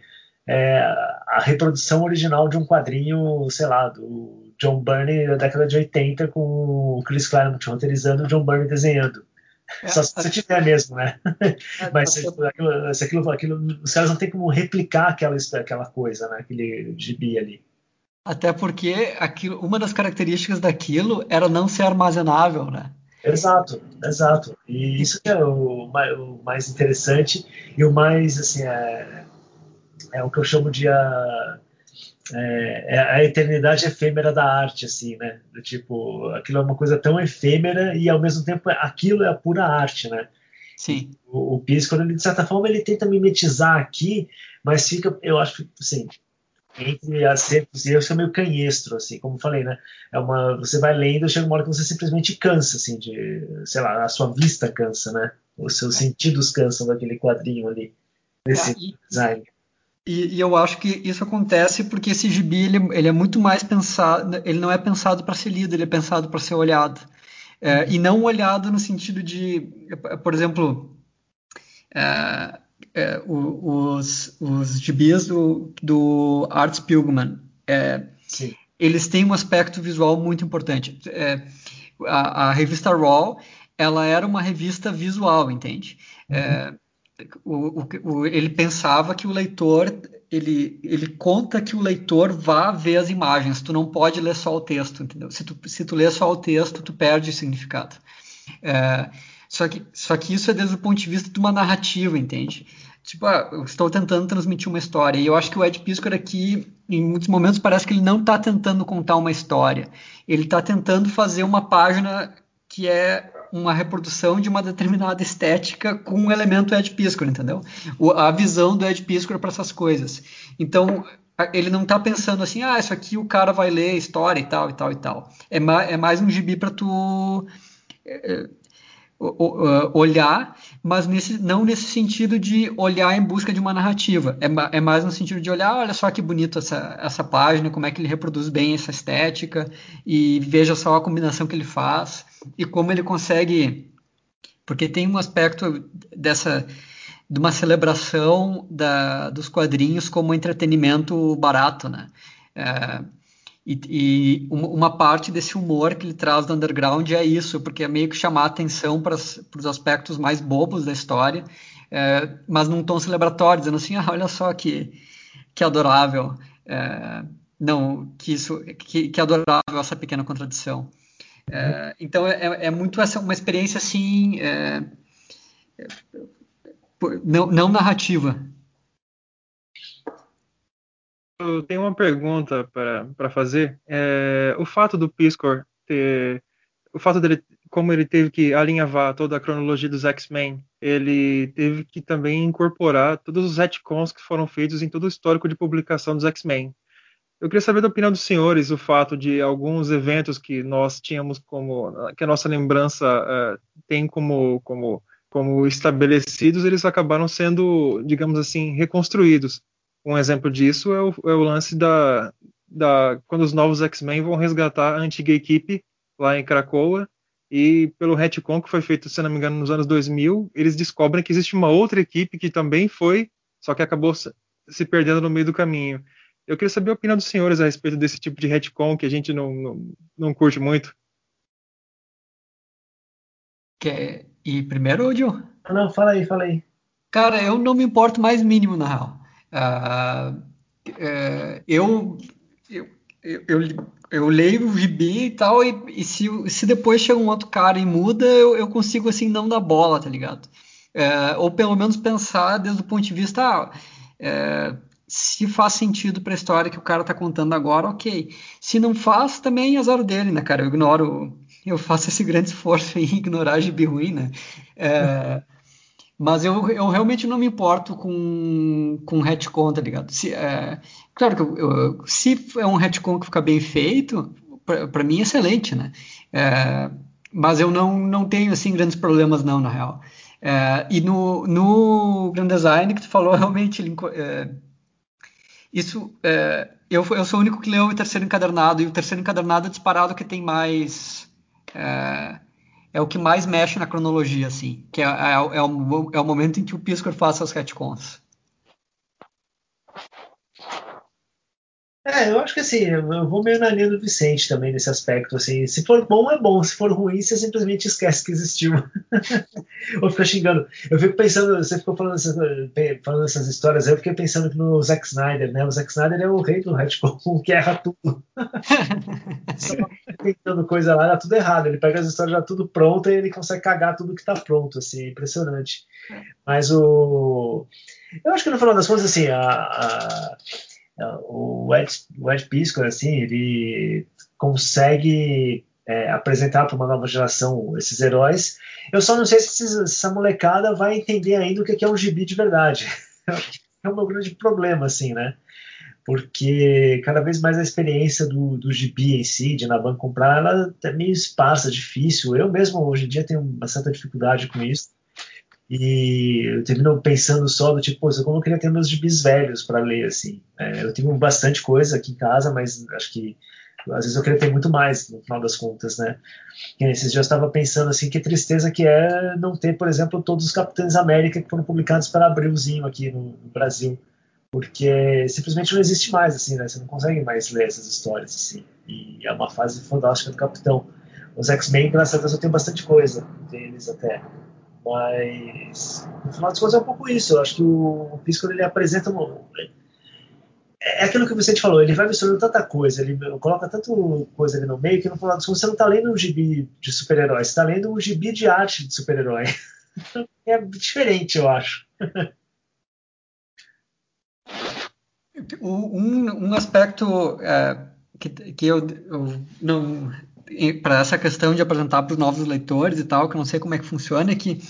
a reprodução original de um quadrinho, sei lá, do John Byrne da década de 80 com o Chris Claremont roteirizando e o John Byrne desenhando. É, Só se você tiver mesmo, né? Mas até, os caras não têm como replicar aquela coisa, né? Aquele gibi ali. até porque uma das características daquilo era não ser armazenável, né? Exato, exato. E isso que é o mais interessante e o mais, assim, é o que eu chamo de a eternidade efêmera da arte, assim, né? Do tipo, aquilo é uma coisa tão efêmera e ao mesmo tempo aquilo é a pura arte, né? E Sim. o Pisco, ele, de certa forma, ele tenta mimetizar aqui, mas fica, eu acho, assim, entre acertos e erros, é meio canhestro, assim, como eu falei, né? Você vai lendo, chega uma hora que você simplesmente cansa, assim, sei lá, a sua vista cansa, né? Os seus sentidos cansam daquele quadrinho ali, É, desse design. e eu acho que isso acontece porque esse gibi ele é muito mais pensado, ele não é pensado para ser lido, ele é pensado para ser olhado. E não olhado no sentido de, por exemplo, os gibis do Art Spiegelman, Sim. eles têm um aspecto visual muito importante. A revista Raw, ela era uma revista visual, entende? Uhum. Ele pensava que o leitor, ele conta que o leitor vá ver as imagens, tu não pode ler só o texto, entendeu? Se tu lê só o texto, tu perde o significado. É, só que isso é desde o ponto de vista de uma narrativa, entende? Tipo, eu estou tentando transmitir uma história. E eu acho que o Ed Piscor aqui, em muitos momentos, parece que ele não está tentando contar uma história. Ele está tentando fazer uma página que é uma reprodução de uma determinada estética com um elemento Ed Piscor, entendeu? A visão do Ed Piscor para essas coisas. Então, ele não está pensando assim, isso aqui o cara vai ler história e tal, e tal, e tal. É mais um gibi para tu olhar, mas não nesse sentido de olhar em busca de uma narrativa. É mais no sentido de olhar, olha só que bonito essa página, como é que ele reproduz bem essa estética, e veja só a combinação que ele faz, e como ele consegue. Porque tem um aspecto de uma celebração dos quadrinhos como entretenimento barato, né? É, uma parte desse humor que ele traz do underground é isso, porque é meio que chamar a atenção para os aspectos mais bobos da história, mas num tom celebratório, dizendo assim, olha só que adorável, não, que adorável essa pequena contradição. Então é muito uma experiência assim, não narrativa. Eu tenho uma pergunta para fazer. O fato do Piscor ter. O fato dele. Como ele teve que alinhavar toda a cronologia dos X-Men, ele teve que também incorporar todos os retcons que foram feitos em todo o histórico de publicação dos X-Men. Eu queria saber da opinião dos senhores o fato de alguns eventos que nós tínhamos que a nossa lembrança tem como estabelecidos, eles acabaram sendo, digamos assim, reconstruídos. Um exemplo disso é o lance quando os novos X-Men vão resgatar a antiga equipe lá em Krakoa, e pelo retcon que foi feito, se não me engano, nos anos 2000, eles descobrem que existe uma outra equipe que também foi, só que acabou se perdendo no meio do caminho. Eu queria saber a opinião dos senhores a respeito desse tipo de retcon que a gente não curte muito. E primeiro, Joe? Não, fala aí, fala aí. Cara, eu não me importo mais mínimo, na real. Ah, é, eu leio o gibi e tal, e se depois chega um outro cara e muda, eu consigo, assim, não dar bola, tá ligado? Ou pelo menos pensar desde o ponto de vista, se faz sentido pra história que o cara tá contando agora, ok. Se não faz, também é azar dele, né, cara? Eu faço esse grande esforço em ignorar gibi ruim, né? É, mas eu realmente não me importo com retcon, tá ligado? Claro que se é um retcon que fica bem feito, pra mim é excelente, né? Mas eu não tenho, assim, grandes problemas não, na real. E no Grand Design que tu falou, realmente, eu sou o único que leu o terceiro encadernado, e o terceiro encadernado é disparado que tem mais... É, é o que mais mexe na cronologia, assim, que é o momento em que o Piscor faz seus retcons. Eu acho que assim, eu vou meio na linha do Vicente também nesse aspecto, assim, se for bom é bom, se for ruim você simplesmente esquece que existiu. Ou fica xingando. Eu fico pensando, você ficou falando essas histórias aí, eu fiquei pensando no Zack Snyder, né? O Zack Snyder é o rei do retcon, que erra tudo. Só tentando coisa lá, dá tudo errado. Ele pega as histórias já tudo pronto e ele consegue cagar tudo que tá pronto, assim, é impressionante. Mas eu acho que no final das contas, assim, o Ed Piscor, assim, ele consegue apresentar para uma nova geração esses heróis. Eu só não sei se essa molecada vai entender ainda o que é um gibi de verdade. É o meu grande problema, assim, né? Porque cada vez mais a experiência do gibi em si, de na banca comprar, ela é meio esparsa, difícil. Eu mesmo, hoje em dia, tenho uma certa dificuldade com isso. E eu termino pensando só do tipo, pô, eu não queria ter meus gibis velhos para ler, assim. Eu tenho bastante coisa aqui em casa, mas acho que às vezes eu queria ter muito mais, no final das contas, né? E nesses dias eu estava pensando, assim, que tristeza que é não ter, por exemplo, todos os Capitães América que foram publicados pela Abrilzinho aqui no Brasil. Porque simplesmente não existe mais, assim, né? Você não consegue mais ler essas histórias, assim. E é uma fase fantástica do Capitão. Os X-Men, graças a Deus, eu tenho bastante coisa deles até. Mas, no final das contas, é um pouco isso. Eu acho que o Pisco, ele apresenta é aquilo que você te falou, ele vai misturando tanta coisa, ele coloca tanta coisa ali no meio que no final das contas você não está lendo um gibi de super-herói, você está lendo um gibi de arte de super-herói. É diferente, eu acho. Um aspecto que eu não... Para essa questão de apresentar para os novos leitores e tal, que eu não sei como é que funciona, é que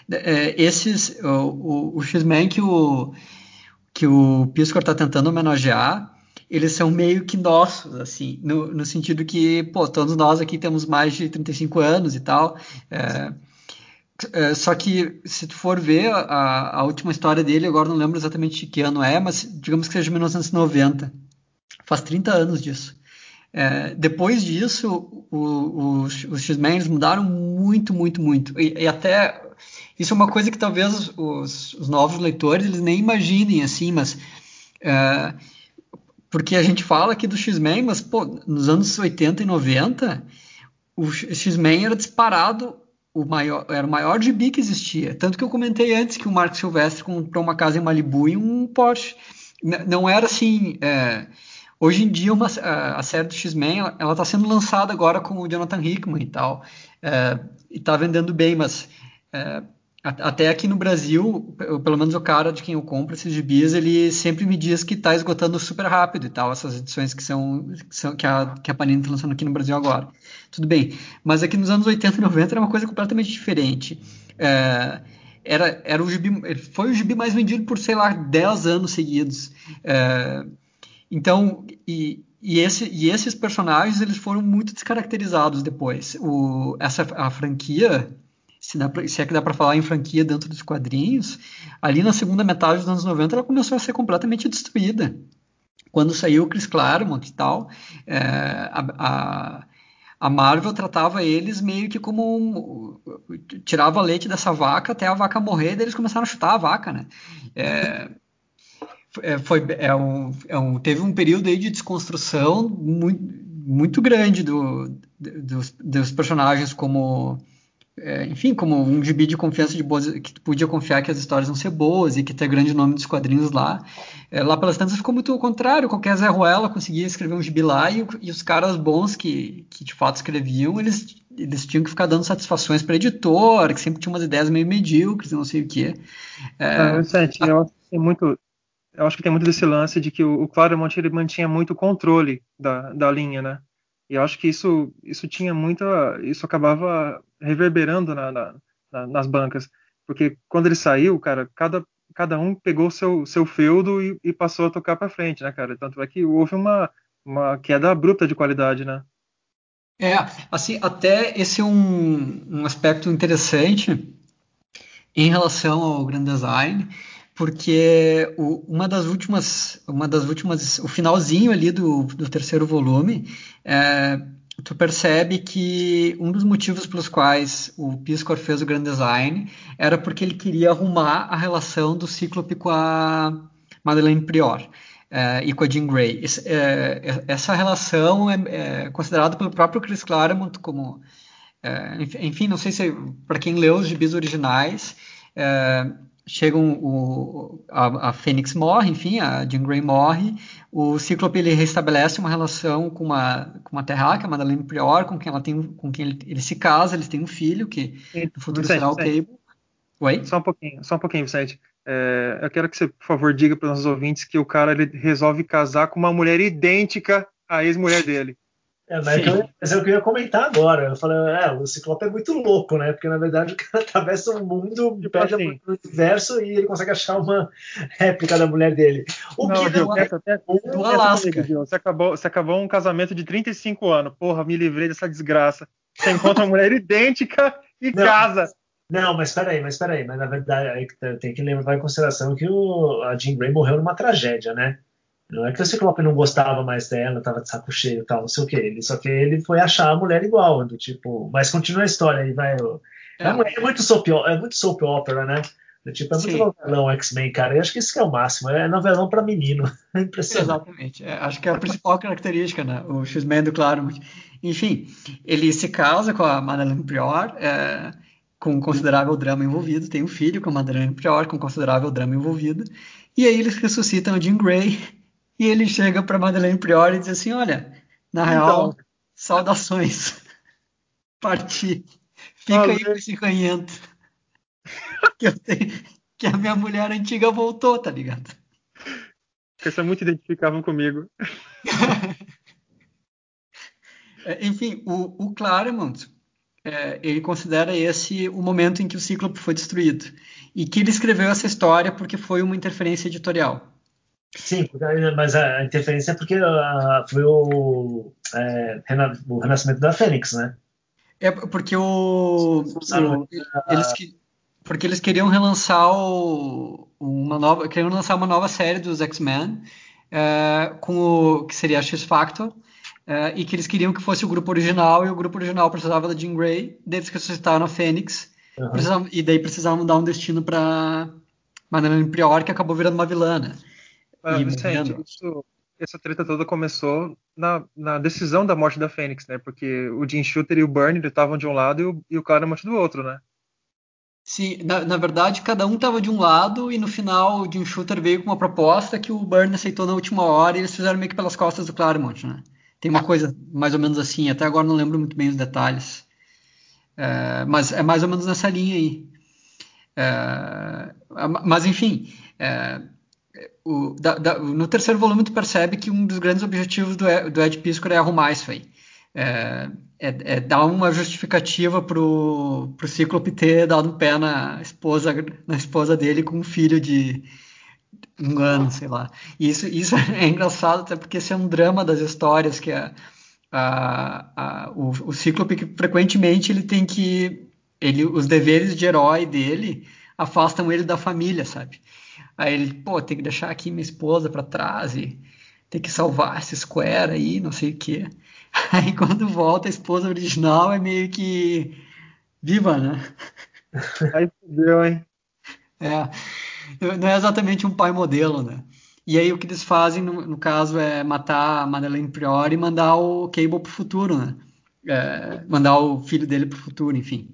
o X-Men que o Piscor está tentando homenagear, eles são meio que nossos, assim, no sentido que, pô, todos nós aqui temos mais de 35 anos e tal. Só que, se tu for ver a última história dele, agora não lembro exatamente de que ano é, mas digamos que seja 1990. Faz 30 anos disso. Depois disso, os X-Men mudaram muito, muito, muito. E até isso é uma coisa que talvez os novos leitores eles nem imaginem, assim, mas porque a gente fala aqui do X-Men, mas pô, nos anos 80 e 90, o X-Men era disparado, era o maior gibi que existia. Tanto que eu comentei antes que o Mark Silvestre comprou uma casa em Malibu e um Porsche. Não era assim. Hoje em dia, a série do X-Men ela está sendo lançada agora com o Jonathan Hickman e tal. E está vendendo bem, mas até aqui no Brasil, pelo menos o cara de quem eu compro esses gibis, ele sempre me diz que está esgotando super rápido e tal, essas edições que a Panini está lançando aqui no Brasil agora. Tudo bem, mas aqui nos anos 80 e 90 era uma coisa completamente diferente. Era o gibi, foi o gibi mais vendido por, sei lá, 10 anos seguidos. Então, esses personagens eles foram muito descaracterizados depois. A franquia, se é que dá para falar em franquia dentro dos quadrinhos, ali na segunda metade dos anos 90 ela começou a ser completamente destruída. Quando saiu o Chris Claremont e tal, a Marvel tratava eles meio que como tirava leite dessa vaca até a vaca morrer, daí eles começaram a chutar a vaca, né? Teve um período aí de desconstrução muito, muito grande dos personagens enfim, como um gibi de confiança de boas, que tu podia confiar que as histórias vão ser boas e que ter grande nome dos quadrinhos lá. Lá pelas tantas ficou muito ao contrário, qualquer Zé Ruela conseguia escrever um gibi lá e os caras bons que de fato escreviam, eles tinham que ficar dando satisfações para editor, que sempre tinha umas ideias meio medíocres, não sei o quê. Vicente, eu acho que tem muito desse lance de que o Claremont ele mantinha muito o controle da linha, né? E eu acho que isso tinha isso acabava reverberando nas bancas, porque quando ele saiu, cara, cada um pegou o seu feudo e passou a tocar para frente, né, cara? Tanto é que houve uma queda abrupta de qualidade, né? Assim, até esse é um aspecto interessante em relação ao Grand Design, porque o finalzinho ali do terceiro volume, tu percebe que um dos motivos pelos quais o Piscor fez o Grand Design era porque ele queria arrumar a relação do Cíclope com a Madeleine Prior. E com a Jean Grey. Essa relação é considerada pelo próprio Chris Claremont como enfim, não sei se para quem leu os gibis originais, a Fênix morre, enfim, a Jean Grey morre, o Cíclope ele restabelece uma relação com uma terráquea, a Madeleine Prior, com quem ele se casa, eles têm um filho que no futuro será o Cable. Oi? Só um pouquinho, Vicente. Eu quero que você, por favor, diga para os nossos ouvintes que o cara ele resolve casar com uma mulher idêntica à ex-mulher dele. Mas é o que eu ia comentar agora. Eu falei, o Ciclope é muito louco, né? Porque na verdade o cara atravessa um mundo, Tipo perde assim, o universo e ele consegue achar uma réplica da mulher dele. Do Alasca. Comigo, você acabou um casamento de 35 anos. Porra, me livrei dessa desgraça. Você encontra uma mulher idêntica e casa. Não, mas peraí. Mas na verdade aí tem que levar em consideração que a Jean Grey morreu numa tragédia, né? Não é que o Ciclope não gostava mais dela, tava de saco cheio e tal, não sei o que. Só que ele foi achar a mulher igual, do tipo. Mas continua a história aí, vai. É muito soap opera, né? Tipo, é muito novelão X-Men, cara. Eu acho que isso que é o máximo. É novelão pra menino. É impressionante. Exatamente. Acho que é a principal característica, né? O X-Men do Claremont. Enfim, ele se casa com a Madeleine Prior, com considerável drama envolvido. Tem um filho com a Madeleine Prior, com considerável drama envolvido. E aí eles ressuscitam a Jean Grey. E ele chega para Madeleine Prior e diz assim: Olha, na real, saudações. Parti. Fica aí com esse ranhento. Que a minha mulher antiga voltou, tá ligado? Porque você muito identificavam comigo. Enfim, o Claremont, ele considera esse o momento em que o Cíclope foi destruído. E que ele escreveu essa história porque foi uma interferência editorial. Sim, mas a interferência é porque foi o renascimento da Fênix, né? É porque porque eles queriam relançar queriam lançar uma nova série dos X-Men com que seria a X-Factor, e que eles queriam que fosse o grupo original, e o grupo original precisava da Jean Grey, deles ressuscitaram a Fênix, Uhum. E daí precisavam dar um destino pra Madeleine Prior, que acabou virando uma vilã, né? E Vicente, morrendo. essa treta toda começou na decisão da morte da Fênix, né? Porque o Jim Shooter e o Burn estavam de um lado e o Claremont do outro, né? Sim, na verdade, cada um tava de um lado e no final o Jim Shooter veio com uma proposta que o Byrne aceitou na última hora e eles fizeram meio que pelas costas do Claremont, né? Tem uma coisa mais ou menos assim, até agora não lembro muito bem os detalhes. Mas é mais ou menos nessa linha aí. Mas enfim, no terceiro volume tu percebe que um dos grandes objetivos do Ed Piscor é arrumar isso aí. É dar uma justificativa pro Cíclope ter dado um pé na esposa dele com um filho de um ano, sei lá. E isso é engraçado até porque esse é um drama das histórias que o Cíclope que frequentemente ele tem que os deveres de herói dele afastam ele da família, sabe? Aí ele, pô, tem que deixar aqui minha esposa pra trás e tem que salvar essa Square aí, não sei o quê. Aí quando volta a esposa original é meio que viva, né? Aí fudeu, hein? Não é exatamente um pai modelo, né? E aí o que eles fazem, no caso, é matar a Madeleine Priori e mandar o Cable pro futuro, né? Mandar o filho dele pro futuro, enfim.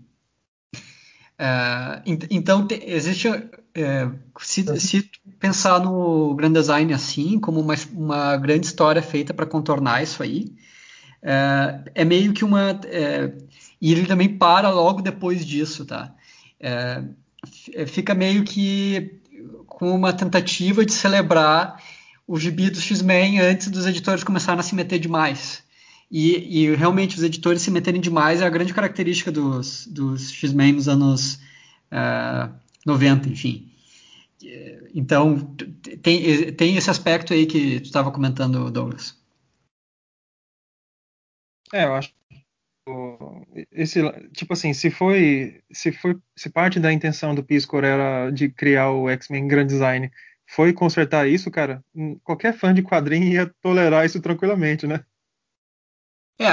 Então, existe. Se pensar no Grand Design assim, como uma grande história feita para contornar isso aí, é meio que uma. E ele também para logo depois disso, tá? É, fica meio que com uma tentativa de celebrar o gibi do X-Men antes dos editores começarem a se meter demais. E realmente os editores se meterem demais é a grande característica dos X-Men nos anos 90, enfim. Então, tem esse aspecto aí que tu estava comentando, Douglas. Eu acho esse, tipo assim, se parte da intenção do Piscor era de criar o X-Men Grand Design, foi consertar isso, cara, qualquer fã de quadrinho ia tolerar isso tranquilamente, né? É,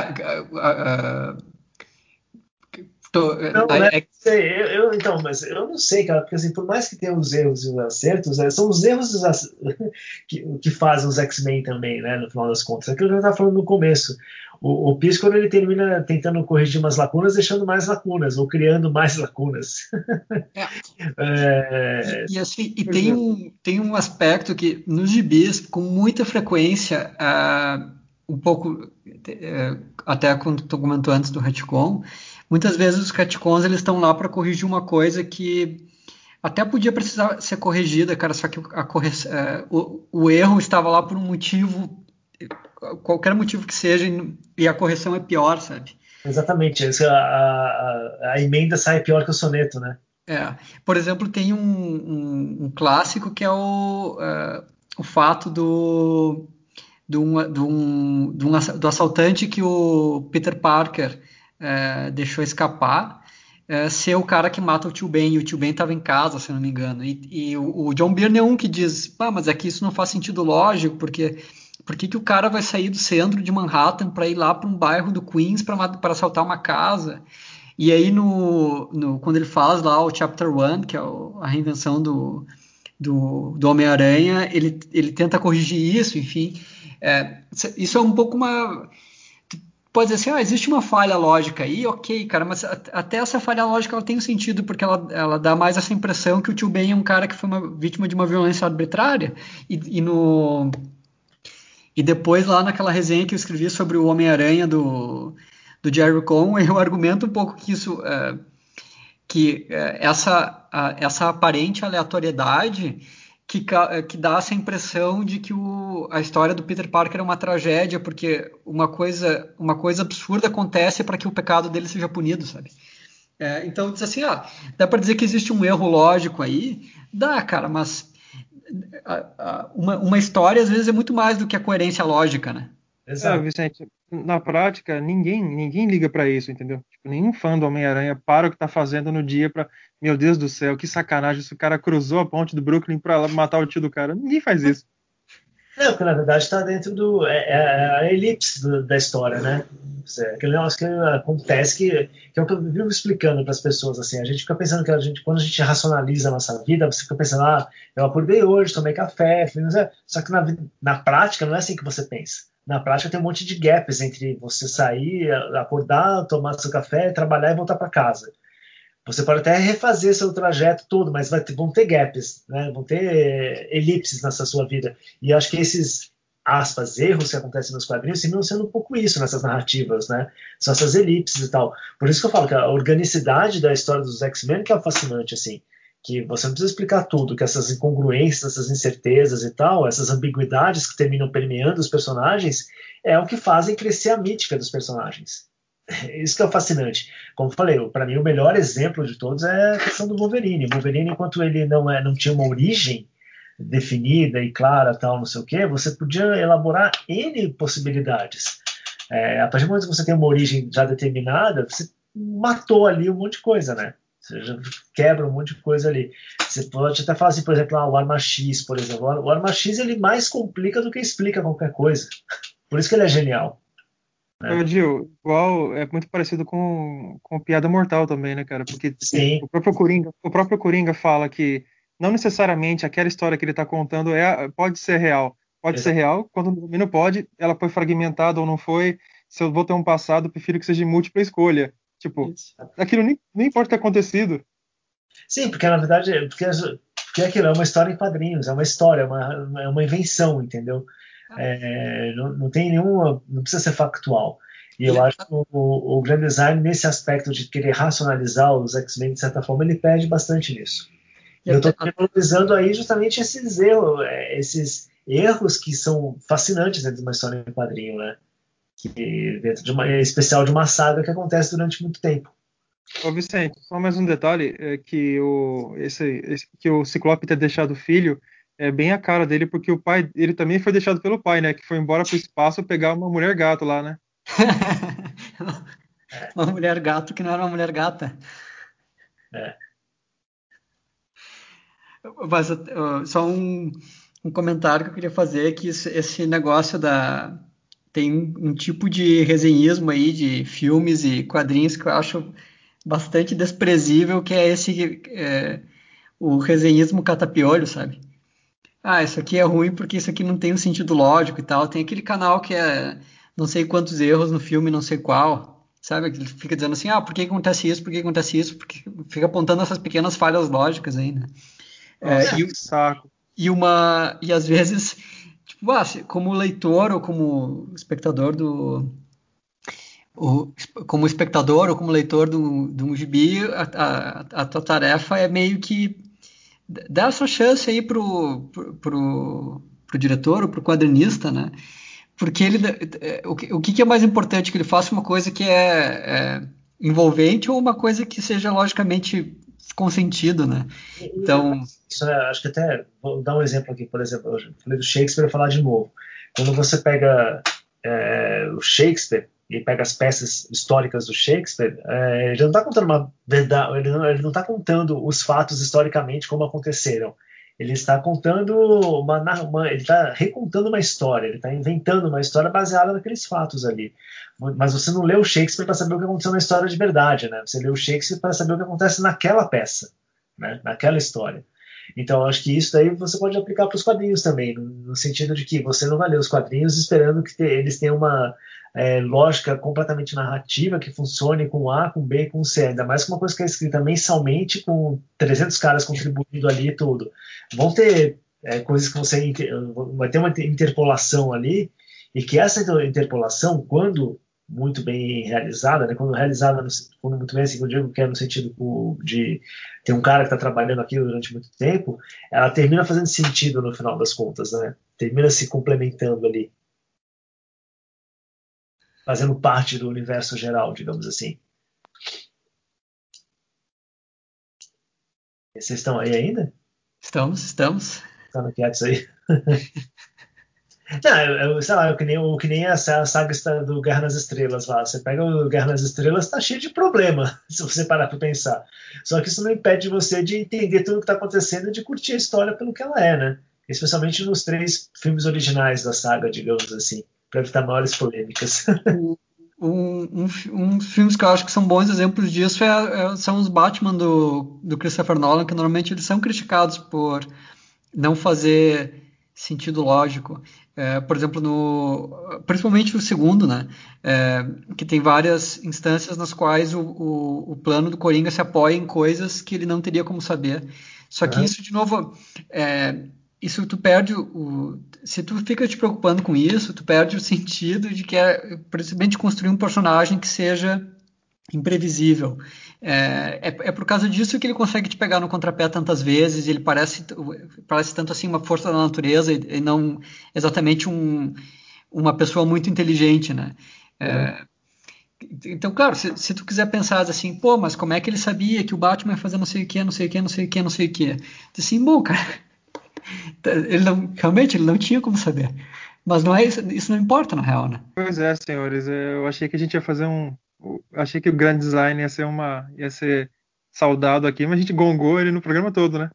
tô, Não, né? Sei, então, mas eu não sei, cara, porque assim, por mais que tenha os erros e os acertos, são os erros que fazem os X-Men também, né? No final das contas. É aquilo que eu estava falando no começo. O Piscor ele termina tentando corrigir umas lacunas, deixando mais lacunas, ou criando mais lacunas. é, É, assim, por exemplo, tem um aspecto que nos gibis, com muita frequência, um pouco, até quando tu comentou antes do retcon, muitas vezes os retcons eles estão lá para corrigir uma coisa que até podia precisar ser corrigida, cara, só que o erro estava lá por um motivo, qualquer motivo que seja, e a correção é pior, sabe? exatamente. A emenda sai pior que o soneto, né? Por exemplo, tem um clássico que é o fato do assaltante que o Peter Parker deixou escapar ser o cara que mata o Tio Ben, e o Tio Ben estava em casa, se eu não me engano. E o John Byrne é um que diz, pá, mas é que isso não faz sentido lógico, porque por que que o cara vai sair do centro de Manhattan para ir lá para um bairro do Queens para assaltar uma casa? E aí, quando ele faz lá o Chapter One, que é a reinvenção do Homem-Aranha, ele tenta corrigir isso, enfim. Isso é um pouco uma. Pode dizer assim, existe uma falha lógica aí, ok, cara, mas até essa falha lógica ela tem um sentido, porque ela dá mais essa impressão que o Tio Ben é um cara que foi uma vítima de uma violência arbitrária, e depois lá naquela resenha que eu escrevi sobre o Homem-Aranha do Jerry Conway, eu argumento um pouco que isso essa aparente aleatoriedade que dá essa impressão de que a história do Peter Parker é uma tragédia, porque uma coisa absurda acontece para que o pecado dele seja punido, sabe? Então diz assim, dá para dizer que existe um erro lógico aí? Dá, cara, mas uma história às vezes é muito mais do que a coerência lógica, né? Exato. Vicente, na prática, ninguém liga pra isso, entendeu? Tipo, nenhum fã do Homem-Aranha para o que tá fazendo no dia pra. Meu Deus do céu, que sacanagem, se o cara cruzou a ponte do Brooklyn pra matar o tio do cara. Ninguém faz isso. Não, porque na verdade está dentro do. É a elipse da história, né? Aquele negócio que acontece que é o que eu vivo explicando para as pessoas. Assim, a gente fica pensando que quando a gente racionaliza a nossa vida, você fica pensando, eu acordei hoje, tomei café, só que na prática não é assim que você pensa. Na prática tem um monte de gaps entre você sair, acordar, tomar seu café, trabalhar e voltar para casa. Você pode até refazer seu trajeto todo, mas vão ter gaps, né? Vão ter elipses nessa sua vida. E acho que esses, aspas, erros que acontecem nos quadrinhos terminam sendo um pouco isso nessas narrativas, né? São essas elipses e tal. Por isso que eu falo que a organicidade da história dos X-Men que é fascinante, assim. Que você não precisa explicar tudo, que essas incongruências, essas incertezas e tal, essas ambiguidades que terminam permeando os personagens, é o que fazem crescer a mítica dos personagens. Isso que é o fascinante. Como eu falei, para mim o melhor exemplo de todos é a questão do Wolverine. O Wolverine, enquanto ele não tinha uma origem definida e clara, tal, não sei o quê, você podia elaborar N possibilidades. A partir do momento que você tem uma origem já determinada, você matou ali um monte de coisa, né? Você já quebra um monte de coisa ali. Você pode até falar assim, por exemplo, o Arma X, por exemplo. O Arma X ele mais complica do que explica qualquer coisa. Por isso que ele é genial. Ô, Gil, igual, é muito parecido com Piada Mortal também, né, cara? Porque Sim, o próprio Coringa fala que não necessariamente aquela história que ele está contando pode ser real. Pode ser exato. real, quando também não pode, ela foi fragmentada ou não foi. Se eu vou ter um passado, eu prefiro que seja de múltipla escolha. Tipo, Isso. aquilo nem pode ter acontecido. Sim, porque na verdade, porque aquilo é uma história em quadrinhos, é uma história, é uma invenção, entendeu? Não tem nenhuma, não precisa ser factual. E E eu acho que o Grand Design, nesse aspecto de querer racionalizar os X-Men, de certa forma, ele perde bastante nisso. E eu até, estou valorizando aí justamente esses erros que são fascinantes dentro de uma história em quadrinho, né? Que dentro em especial de uma saga que acontece durante muito tempo. Ô, Vicente, só mais um detalhe, é que que o Ciclope ter deixado o filho é bem a cara dele, porque o pai, ele também foi deixado pelo pai, né? Que foi embora pro espaço pegar uma mulher gato lá, né? uma mulher gato que não era uma mulher gata. É. Mas só um comentário que eu queria fazer é que esse negócio da tem um tipo de resenhismo aí de filmes e quadrinhos que eu acho bastante desprezível, que é o resenhismo catapiolho, sabe? Ah, isso aqui é ruim porque isso aqui não tem um sentido lógico e tal. Tem aquele canal que é não sei quantos erros no filme, não sei qual, sabe? Que ele fica dizendo assim, por que acontece isso, por que acontece isso, porque fica apontando essas pequenas falhas lógicas aí, né? É, Nossa, e, que saco. e às vezes, tipo, como leitor ou como espectador o, como espectador ou como leitor de um gibi, a tua tarefa é meio que dar a sua chance aí pro diretor ou pro quadrinista, né? Porque o que é mais importante? Que ele faça uma coisa que é envolvente ou uma coisa que seja logicamente com sentido, né? Então, Isso, né, acho que até vou dar um exemplo aqui, por exemplo, eu falei do Shakespeare, vou falar de novo. Quando você pega o Shakespeare e pega as peças históricas do Shakespeare, ele não está contando uma verdade, ele não está contando os fatos historicamente como aconteceram. Ele está contando ele está recontando uma história, ele está inventando uma história baseada naqueles fatos ali. Mas você não lê o Shakespeare para saber o que aconteceu na história de verdade, né? Você lê o Shakespeare para saber o que acontece naquela peça, né? Naquela história. Então, acho que isso daí você pode aplicar para os quadrinhos também, no sentido de que você não vai ler os quadrinhos esperando que eles tenham uma lógica completamente narrativa que funcione com A, com B, com C, ainda mais com uma coisa que é escrita mensalmente com 300 caras contribuindo ali e tudo. Vão ter coisas que vai ter uma interpolação ali e que essa interpolação, quando muito bem realizada, né? Quando muito bem, assim, eu digo que é no sentido de ter um cara que está trabalhando aquilo durante muito tempo, ela termina fazendo sentido no final das contas, né? Termina se complementando ali, fazendo parte do universo geral, digamos assim. E vocês estão aí ainda? estamos. Estão quietos aí? Não, sei lá, que nem a saga do Guerra nas Estrelas lá. Você pega o Guerra nas Estrelas, tá cheio de problema, se você parar para pensar. Só que isso não impede você de entender tudo o que está acontecendo e de curtir a história pelo que ela é, né? especialmente nos 3 filmes originais da saga, digamos assim, para evitar maiores polêmicas. Um dos filmes que eu acho que são bons exemplos disso são os Batman do Christopher Nolan, que normalmente eles são criticados por não fazer sentido lógico. Por exemplo, principalmente o segundo, né? Que tem várias instâncias nas quais o plano do Coringa se apoia em coisas que ele não teria como saber. Só que Uhum. isso, de novo, isso tu perde se tu fica te preocupando com isso, tu perde o sentido de que principalmente construir um personagem que seja imprevisível. É por causa disso que ele consegue te pegar no contrapé tantas vezes, ele parece tanto assim uma força da natureza e não exatamente uma pessoa muito inteligente, né? Uhum. Então, claro, se tu quiser pensar assim, pô, mas como é que ele sabia que o Batman ia fazer não sei o que, não sei o que, não sei o que, não sei o que? Assim, bom, cara, realmente ele não tinha como saber. Mas não é isso não importa na real, né? Pois é, senhores. Eu achei que a gente ia fazer achei que o Grand Design ia ser saudado aqui, mas a gente gongou ele no programa todo, né?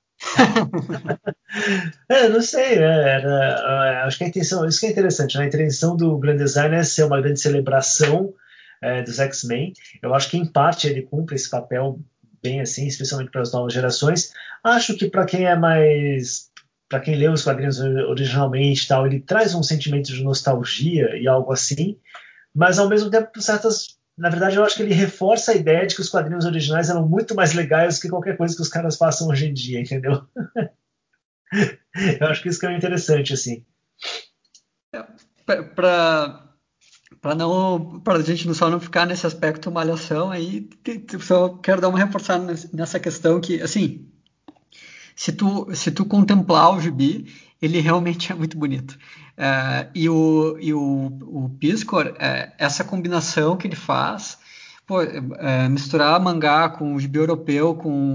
Não sei, né? Acho que a intenção, isso que é interessante, né? A intenção do Grand Design é ser uma grande celebração dos X-Men. Eu acho que em parte ele cumpre esse papel bem assim, especialmente para as novas gerações. Acho que para quem leu os quadrinhos originalmente, e tal, ele traz um sentimento de nostalgia e algo assim, mas ao mesmo tempo na verdade, eu acho que ele reforça a ideia de que os quadrinhos originais eram muito mais legais que qualquer coisa que os caras façam hoje em dia, entendeu? Eu acho que isso que é interessante, assim. Para a gente só não ficar nesse aspecto malhação aí, só quero dar uma reforçada nessa questão que, assim, se tu contemplar o gibi, ele realmente é muito bonito. E o Piscor, essa combinação que ele faz, pô, misturar mangá com o gibi europeu,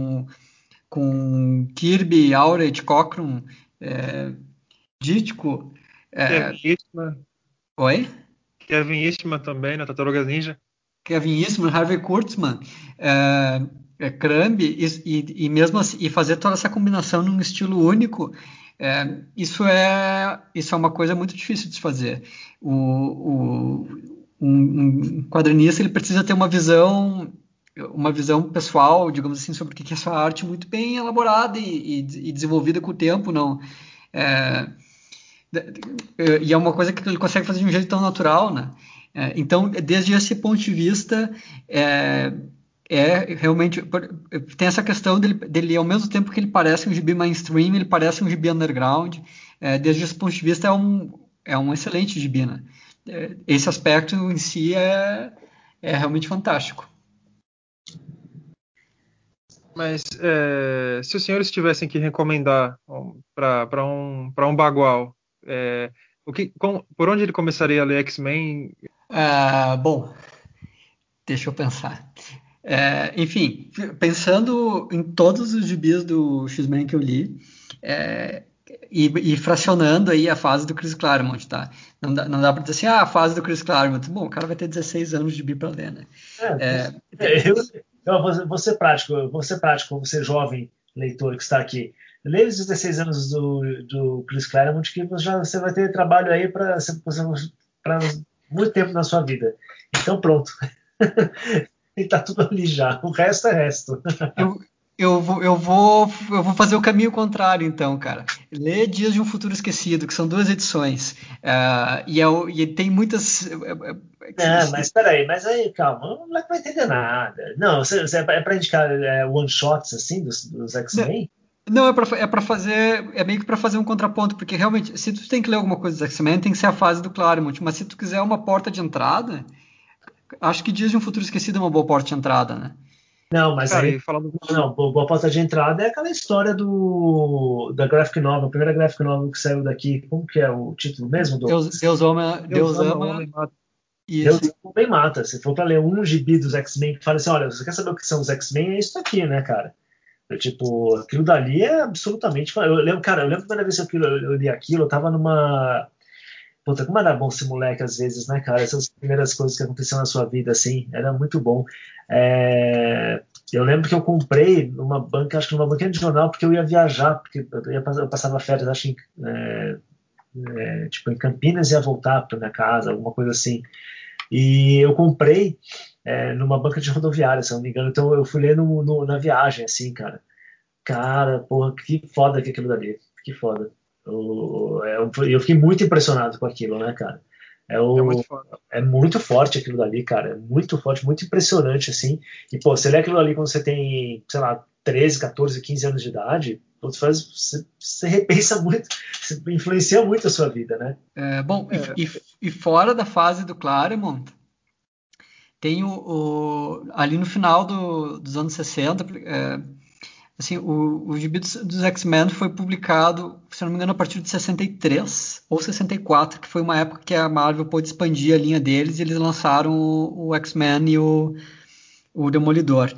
com Kirby, Auret, Cockrum, Dítico. Kevin Eastman, Oi? Kevin Eastman também, na Tartarugas Ninja. Kevin Eastman, Harvey Kurtzman, Crumb, e mesmo assim, e fazer toda essa combinação num estilo único, isso é uma coisa muito difícil de se fazer. Um quadrinista ele precisa ter uma visão pessoal, digamos assim, sobre o que é essa arte muito bem elaborada e desenvolvida com o tempo, não. É, e é uma coisa que ele consegue fazer de um jeito tão natural, né? Então, desde esse ponto de vista, é, realmente tem essa questão dele, ao mesmo tempo que ele parece um gibi mainstream, ele parece um gibi underground. Desde esse ponto de vista, é um excelente gibi, né? Esse aspecto em si é realmente fantástico. Mas se os senhores tivessem que recomendar para um bagual, por onde ele começaria a ler X-Men? Bom, deixa eu pensar. Enfim, pensando em todos os gibis do X-Men que eu li, é, e fracionando aí a fase do Chris Claremont, tá? Não dá pra dizer assim, a fase do Chris Claremont. Bom, o cara vai ter 16 anos de gibi pra ler, né? É, tem- Vou ser prático, você jovem leitor que está aqui. Leia os 16 anos do Chris Claremont, que você vai ter trabalho aí para muito tempo na sua vida. Então, pronto. E tá tudo ali já. O resto é resto. eu, eu vou fazer o caminho contrário, então, cara. Lê Dias de um Futuro Esquecido, que são 2 edições. E tem muitas. Não, mas peraí, mas aí, calma, o moleque não vai entender nada. Não, é para indicar one-shots assim dos X-Men? Não, é pra fazer. É meio que pra fazer um contraponto, porque realmente, se tu tem que ler alguma coisa dos X-Men, tem que ser a fase do Claremont. Mas se tu quiser uma porta de entrada, acho que Dias de um Futuro Esquecido é uma boa porta de entrada, né? Não, mas Cara, aí. e falando. Não, boa porta de entrada é aquela história da graphic novel, a primeira graphic novel que saiu daqui. Como que é o título mesmo, Douglas? Deus ama, Deus Deus ama, o ama homem mata. Deus isso. bem mata. Se for para ler um gibi dos X-Men que fala assim, olha, você quer saber o que são os X-Men? É isso aqui, né, cara? Tipo, aquilo dali é absolutamente. Eu lembro, cara, eu lembro a primeira vez que eu li aquilo, eu tava numa. Puta, como era bom ser moleque às vezes, né, cara? Essas primeiras coisas que aconteciam na sua vida, assim, era muito bom. É, Eu lembro que eu comprei numa banca, acho que numa banquinha de jornal, porque eu ia viajar, porque eu passava férias, acho, tipo, em Campinas e ia voltar para minha casa, alguma coisa assim. E eu comprei numa banca de rodoviária, se eu não me engano. Então eu fui ler na viagem, assim, cara. Cara, porra, que foda que aquilo dali. Que foda. Eu fiquei muito impressionado com aquilo, né, cara? É, É muito o, foda. é muito forte aquilo dali, cara. É muito forte, muito impressionante, assim. E, pô, você lê aquilo ali quando você tem, sei lá, 13, 14, 15 anos de idade, pô, você repensa muito, você influencia muito a sua vida, né? Bom, É, e fora da fase do Claremont, tem ali no final dos anos 60, assim, o gibi dos X-Men foi publicado, se não me engano, a partir de 63 ou 64, que foi uma época que a Marvel pôde expandir a linha deles e eles lançaram o X-Men e o Demolidor.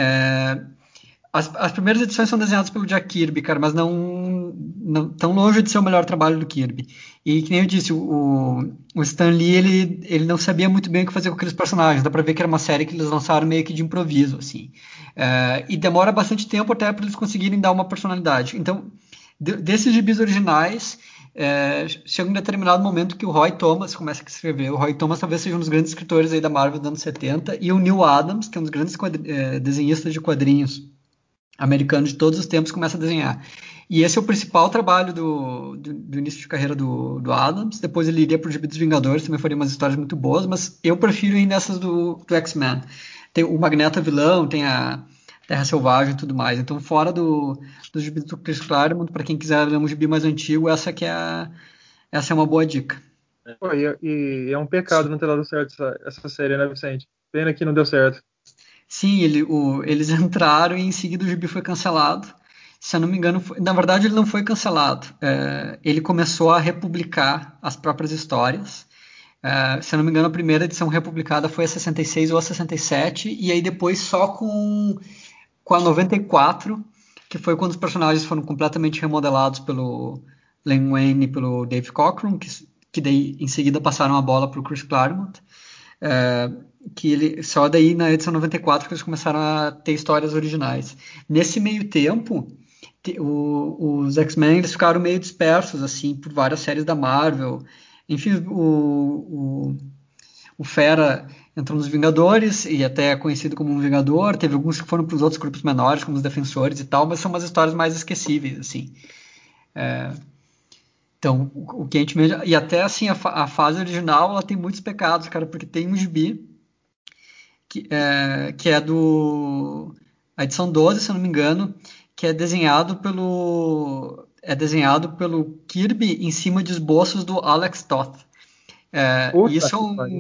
As primeiras edições são desenhadas pelo Jack Kirby, cara, mas não tão longe de ser o melhor trabalho do Kirby. E que nem eu disse, o Stan Lee, ele não sabia muito bem o que fazer com aqueles personagens. Dá pra ver que era uma série que eles lançaram meio que de improviso, assim. E demora bastante tempo até para eles conseguirem dar uma personalidade. Então, desses gibis originais, chega um determinado momento que o Roy Thomas começa a escrever. O Roy Thomas talvez seja um dos grandes escritores aí da Marvel dos anos 70, e o Neil Adams, que é um dos grandes desenhistas de quadrinhos americano de todos os tempos, começa a desenhar. E esse é o principal trabalho do início de carreira do Adams. Depois ele iria para o Gibi dos Vingadores, também faria umas histórias muito boas, mas eu prefiro ir nessas do X-Men. Tem o Magneto vilão, tem a Terra Selvagem e tudo mais. Então, fora do Gibi do Chris Claremont, para quem quiser ler um gibi mais antigo, essa é uma boa dica. pô, e é um pecado não ter dado certo essa série, né, Vicente? Pena que não deu certo. Sim, eles entraram e em seguida o gibi foi cancelado. Se eu não me engano, na verdade ele não foi cancelado. Ele começou a republicar as próprias histórias. Se eu não me engano, a primeira edição republicada foi a 66 ou a 67, e aí depois só com a 94, que foi quando os personagens foram completamente remodelados pelo Len Wein e pelo Dave Cockrum, que daí em seguida passaram a bola para o Chris Claremont. É, só daí na edição 94 que eles começaram a ter histórias originais. Nesse meio tempo, os X-Men eles ficaram meio dispersos assim por várias séries da Marvel. Enfim, o Fera entrou nos Vingadores e até é conhecido como um Vingador. Teve alguns que foram para os outros grupos menores, como os Defensores e tal, mas são umas histórias mais esquecíveis assim. Então, o que a gente e até assim a fase original ela tem muitos pecados, cara, porque tem um gibi que é a edição 12, se eu não me engano, que é desenhado pelo Kirby em cima de esboços do Alex Toth. E Puta isso é que pariu.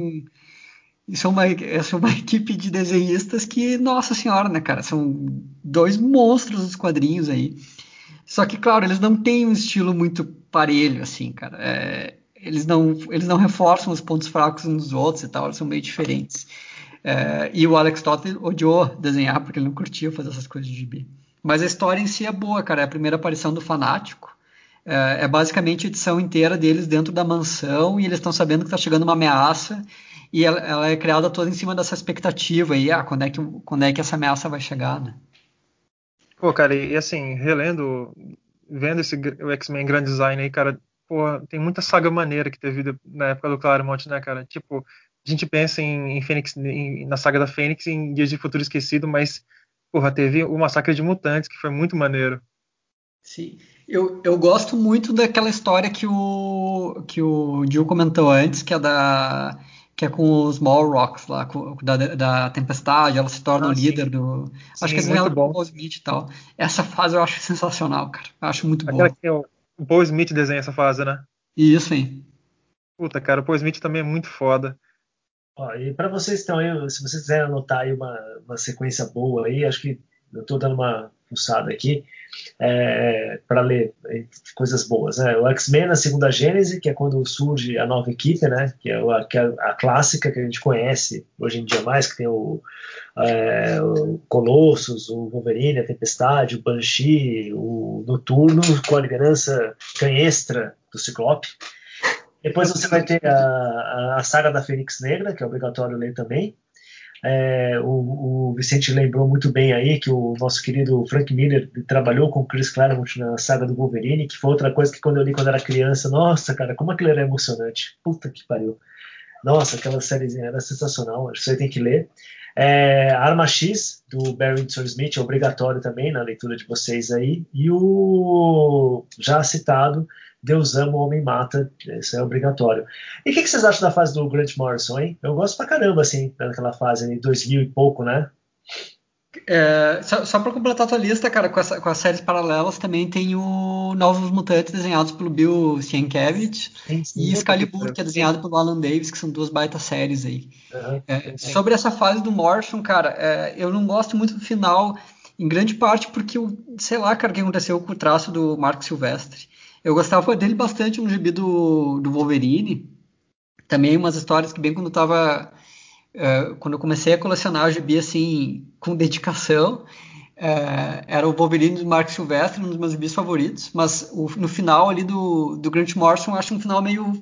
uma equipe de desenhistas que, nossa senhora, né, cara, são dois monstros dos quadrinhos aí. Só que, claro, eles não têm um estilo muito parelho, assim, cara. Eles não reforçam os pontos fracos uns dos outros e tal, eles são meio diferentes. E o Alex Toth odiou desenhar porque ele não curtia fazer essas coisas de gibi. Mas a história em si é boa, cara. É a primeira aparição do Fanático. É basicamente a edição inteira deles dentro da mansão e eles estão sabendo que está chegando uma ameaça e ela é criada toda em cima dessa expectativa aí, quando é que essa ameaça vai chegar, né? Pô, cara, e assim, vendo o X-Men Grand Design aí, cara, pô, tem muita saga maneira que teve na época do Claremont, né, cara? Tipo, a gente pensa em Fênix, na saga da Fênix em Dias de Futuro Esquecido, mas, porra, teve o Massacre de Mutantes, que foi muito maneiro. Sim. Eu gosto muito daquela história que o Gil comentou antes, que é com os Small Rocks lá, da Tempestade, ela se torna o Ah, líder sim. do. Acho que é Sim, muito desenhada pelo bom. Paul Smith e tal. Essa fase eu acho sensacional, cara. Eu acho muito Aquela boa. que tem o Paul Smith desenha essa fase, né? E isso aí. Puta, cara, o Paul Smith também é muito foda. Ó, e para vocês que estão aí, se vocês quiserem anotar aí uma sequência boa aí, acho que eu estou dando uma fuçada aqui para ler coisas boas, né? O X-Men na segunda Gênese, que é quando surge a nova equipe, né? Que é a clássica que a gente conhece hoje em dia mais, que tem o Colossus, o Wolverine, a Tempestade, o Banshee, o Noturno, com a liderança canhestra do Ciclope. Depois você vai ter a saga da Fênix Negra, que é obrigatório ler também. O Vicente lembrou muito bem aí que o nosso querido Frank Miller trabalhou com o Chris Claremont na saga do Wolverine, que foi outra coisa que quando eu li quando era criança, nossa, cara, como aquilo era emocionante. Puta que pariu. Nossa, aquela sériezinha era sensacional, acho que você tem que ler. Arma X, do Barry Windsor Smith, é obrigatório também na leitura de vocês aí. E o já citado Deus Ama, o Homem Mata, isso é obrigatório. E o que vocês acham da fase do Grant Morrison, hein? Eu gosto pra caramba, assim, daquela fase ali, 2000 e pouco, né? Só para completar a tua lista, cara, com as séries paralelas também tem o Novos Mutantes desenhados pelo Bill Sienkiewicz Sim, e sim. Puta que Excalibur, pariu. que é desenhado pelo Alan Davis, que são duas baita séries aí. Aham, sim, sim. Sobre essa fase do Morrison, cara, eu não gosto muito do final, em grande parte porque sei lá, cara, o que aconteceu com o traço do Marco Silvestre. Eu gostava dele bastante no gibi do Wolverine. Também umas histórias que bem quando eu comecei a colecionar o gibi assim, com dedicação, era o Wolverine do Mark Silvestre, um dos meus gibis favoritos, mas no final ali do Grant Morrison eu acho um final meio,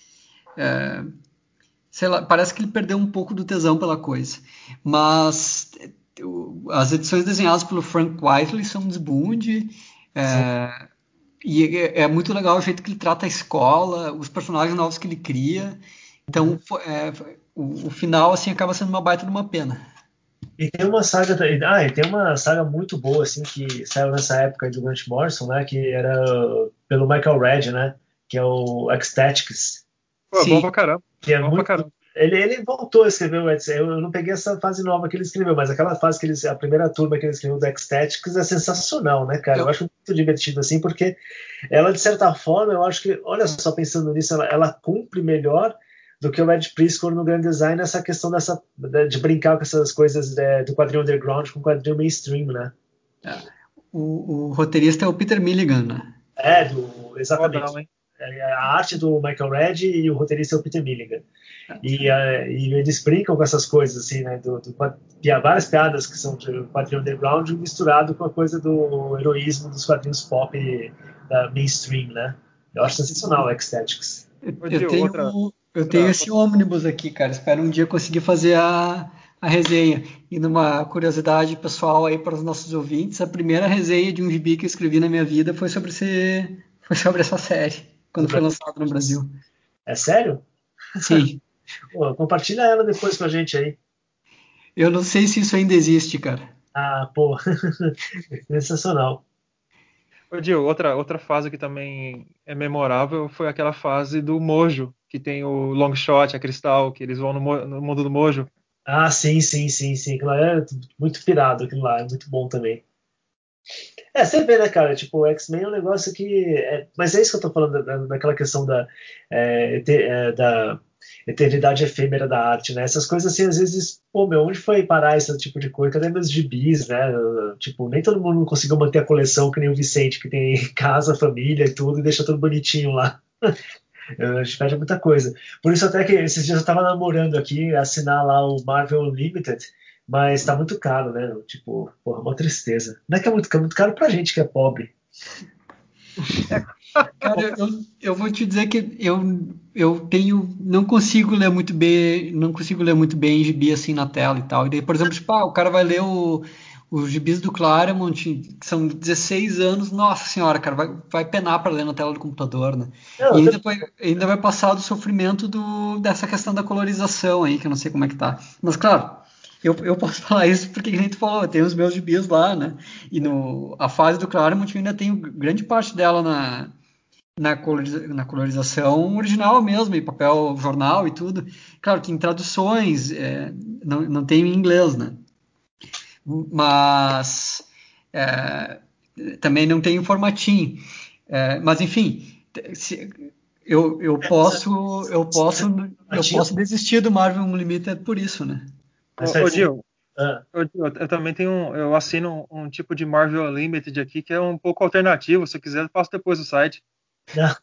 sei lá, parece que ele perdeu um pouco do tesão pela coisa. Mas as edições desenhadas pelo Frank Whiteley são um desbunde, Sim. e é muito legal o jeito que ele trata a escola, os personagens novos que ele cria. Então, Uhum. o final assim acaba sendo uma baita de uma pena. E tem uma saga, e tem uma saga muito boa assim que saiu nessa época do Grant Morrison, né? Que era pelo Michael Red, né? Que é o Ecstatics, Pô, é bom Sim, pra caramba. que é Bom pra muito. caramba. Ele voltou a escrever o eu não peguei essa fase nova que ele escreveu, mas aquela fase a primeira turma que ele escreveu do Ecstatics é sensacional, né, cara? Eu eu, acho muito divertido assim, porque ela, de certa forma, eu acho que, olha só, pensando nisso, ela cumpre melhor do que o Ed Prieskorn no Grand Design nessa questão de brincar com essas coisas do quadrinho underground com o quadrinho mainstream, né? é, o roteirista é o Peter Milligan, né? Exatamente. É. Rodão, hein? A arte do Michael Red e o roteirista é o Peter Milligan. E eles brincam com essas coisas, assim, né? Várias piadas que são de quadrinho underground misturado com a coisa do heroísmo dos quadrinhos pop da mainstream, né? Eu acho sensacional o Ecstatics. Ô, Eu Gil, tenho esse ônibus aqui, cara. Espero um dia conseguir fazer a resenha. E numa curiosidade pessoal aí para os nossos ouvintes, a primeira resenha de um gibi que eu escrevi na minha vida foi sobre essa série, quando foi lançado no Brasil. É sério? Sim. Pô, compartilha ela depois com a gente aí. Eu não sei se isso ainda existe, cara. Ah, pô, sensacional. Ô, Gil, outra fase que também é memorável foi aquela fase do Mojo, que tem o Longshot, a Cristal, que eles vão no mundo do Mojo. Ah, sim, sim, sim, sim. Aquilo lá é muito pirado, aquilo lá, é muito bom também. Você vê, né, cara? Tipo, o X-Men é um negócio que. Mas é isso que eu tô falando, daquela questão da eternidade efêmera da arte, né? Essas coisas assim, às vezes, pô, meu, onde foi parar esse tipo de coisa? Cadê meus gibis, né? Tipo, nem todo mundo conseguiu manter a coleção que nem o Vicente, que tem casa, família e tudo, e deixa tudo bonitinho lá. A gente perde muita coisa. Por isso até que esses dias eu tava namorando aqui, assinar lá o Marvel Unlimited, mas tá muito caro, né? Tipo, porra, uma tristeza. Não é que é muito caro pra gente que é pobre. Cara, eu vou te dizer que não consigo ler muito bem, não consigo ler muito bem gibi assim na tela e tal. E daí, por exemplo, tipo, o cara vai ler os gibis do Claremont, que são 16 anos, nossa senhora, cara, vai penar para ler na tela do computador, né? Não, E eu ainda vai passar do sofrimento dessa questão da colorização aí, que eu não sei como é que tá. Mas claro, eu posso falar isso porque a gente falou, eu tenho os meus gibis lá, né? E a fase do Claremont eu ainda tenho grande parte dela na colorização original mesmo, em papel jornal e tudo. Claro que em traduções não tem em inglês, né? Mas é, também não tem em formatinho. Mas enfim, se, eu tinha, posso desistir do Marvel Unlimited por isso, né? mas Ô, faz. Gil, Ah, eu também eu assino um tipo de Marvel Unlimited aqui que é um pouco alternativo. Se quiser, eu passo depois o site. não.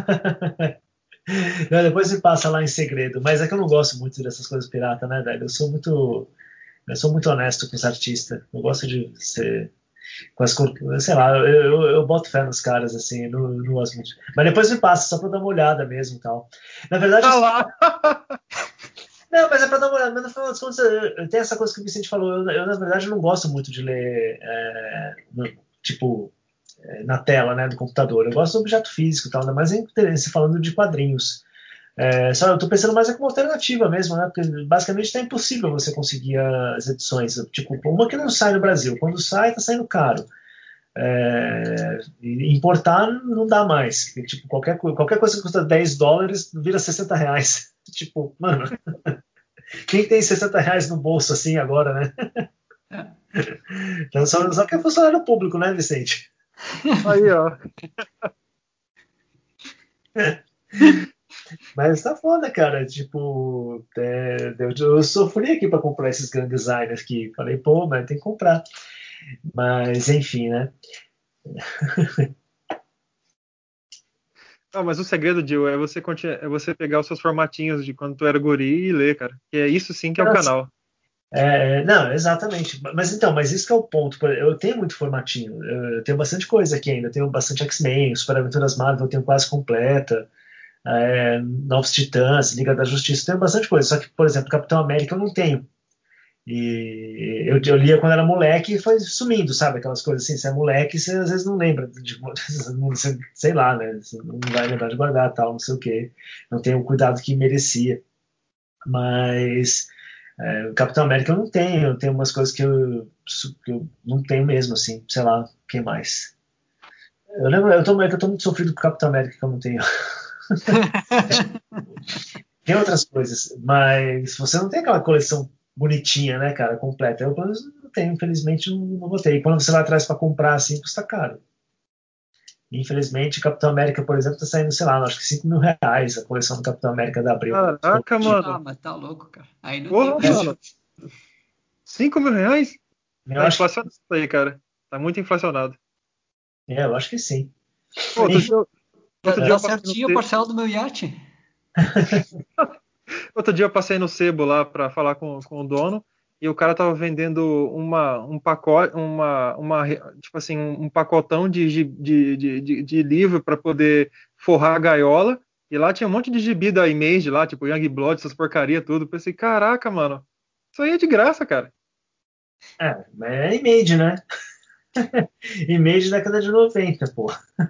Não, depois me passa lá em segredo. Mas é que eu não gosto muito dessas coisas pirata, né, velho? Eu sou muito honesto com os artistas. Eu gosto de ser com as cor... Sei lá, eu boto fé nos caras, assim, não gosto muito. Mas depois me passa, só pra dar uma olhada mesmo e tal. Na verdade, Ah assim, lá! Não, mas é pra dar uma olhada. Mas no final das contas, tem essa coisa que o Vicente falou. Eu, na verdade, não gosto muito de ler, tipo, na tela, né, do computador. Eu gosto do objeto físico e tal, ainda mais em interesse falando de quadrinhos. Só eu tô pensando mais como alternativa mesmo, né? Porque basicamente está impossível você conseguir as edições. Tipo, uma que não sai no Brasil. Quando sai, tá saindo caro. E importar não dá mais. Porque, tipo, qualquer coisa que custa $10 vira R$ 60. Tipo, mano, quem tem R$ 60 no bolso assim agora, né? É. Então, só que é funcionário público, né, Vicente? Aí, ó. Mas tá foda, cara. Tipo, eu sofri aqui pra comprar esses Grand Designers aqui. Falei, pô, mas tem que comprar. Mas, enfim, né? Ah, mas o segredo, Gil, é você pegar os seus formatinhos de quando tu era guri e ler, cara. Que é isso sim que é o canal. Não, exatamente. Mas isso que é o ponto. Eu tenho muito formatinho. Eu tenho bastante coisa aqui ainda. Eu tenho bastante X-Men, Super Aventuras Marvel, eu tenho quase completa. Novos Titãs, Liga da Justiça, eu tenho bastante coisa. Só que, por exemplo, Capitão América eu não tenho. E eu lia quando era moleque e foi sumindo, sabe? Aquelas coisas assim, você é moleque, você às vezes não lembra, sei lá, né? Você não vai lembrar de guardar, tal, não sei o quê. Não tem o cuidado que merecia. Mas o Capitão América eu tenho umas coisas que eu não tenho mesmo, assim, sei lá, quem mais? Eu lembro, eu tô muito sofrido com o Capitão América que eu não tenho. Tem outras coisas, mas você não tem aquela coleção bonitinha, né, cara, completa. Eu, pelo menos, não tenho, infelizmente, não botei. E quando você vai atrás para comprar, assim, custa caro. Infelizmente, Capitão América, por exemplo, tá saindo, sei lá, acho que R$ 5.000 a coleção do Capitão América da Abril. Caraca, Ah, mano. mas tá louco, cara. Aí não tem Porra, preço. mano. R$ 5.000? Eu Tá acho inflacionado isso aí, cara. Tá muito inflacionado. eu acho que sim. Pô, outro dia, outro dia Dá eu passei no certinho a parcela do meu iate. Outro dia eu passei no sebo lá para falar com o dono e o cara tava vendendo um pacote, tipo assim, um pacotão de livro para poder forrar a gaiola. E lá tinha um monte de gibi da Image lá, tipo Youngblood, essas porcaria tudo. Pensei, caraca, mano, isso aí é de graça, cara. Mas é Image, né? Image década de 90, pô.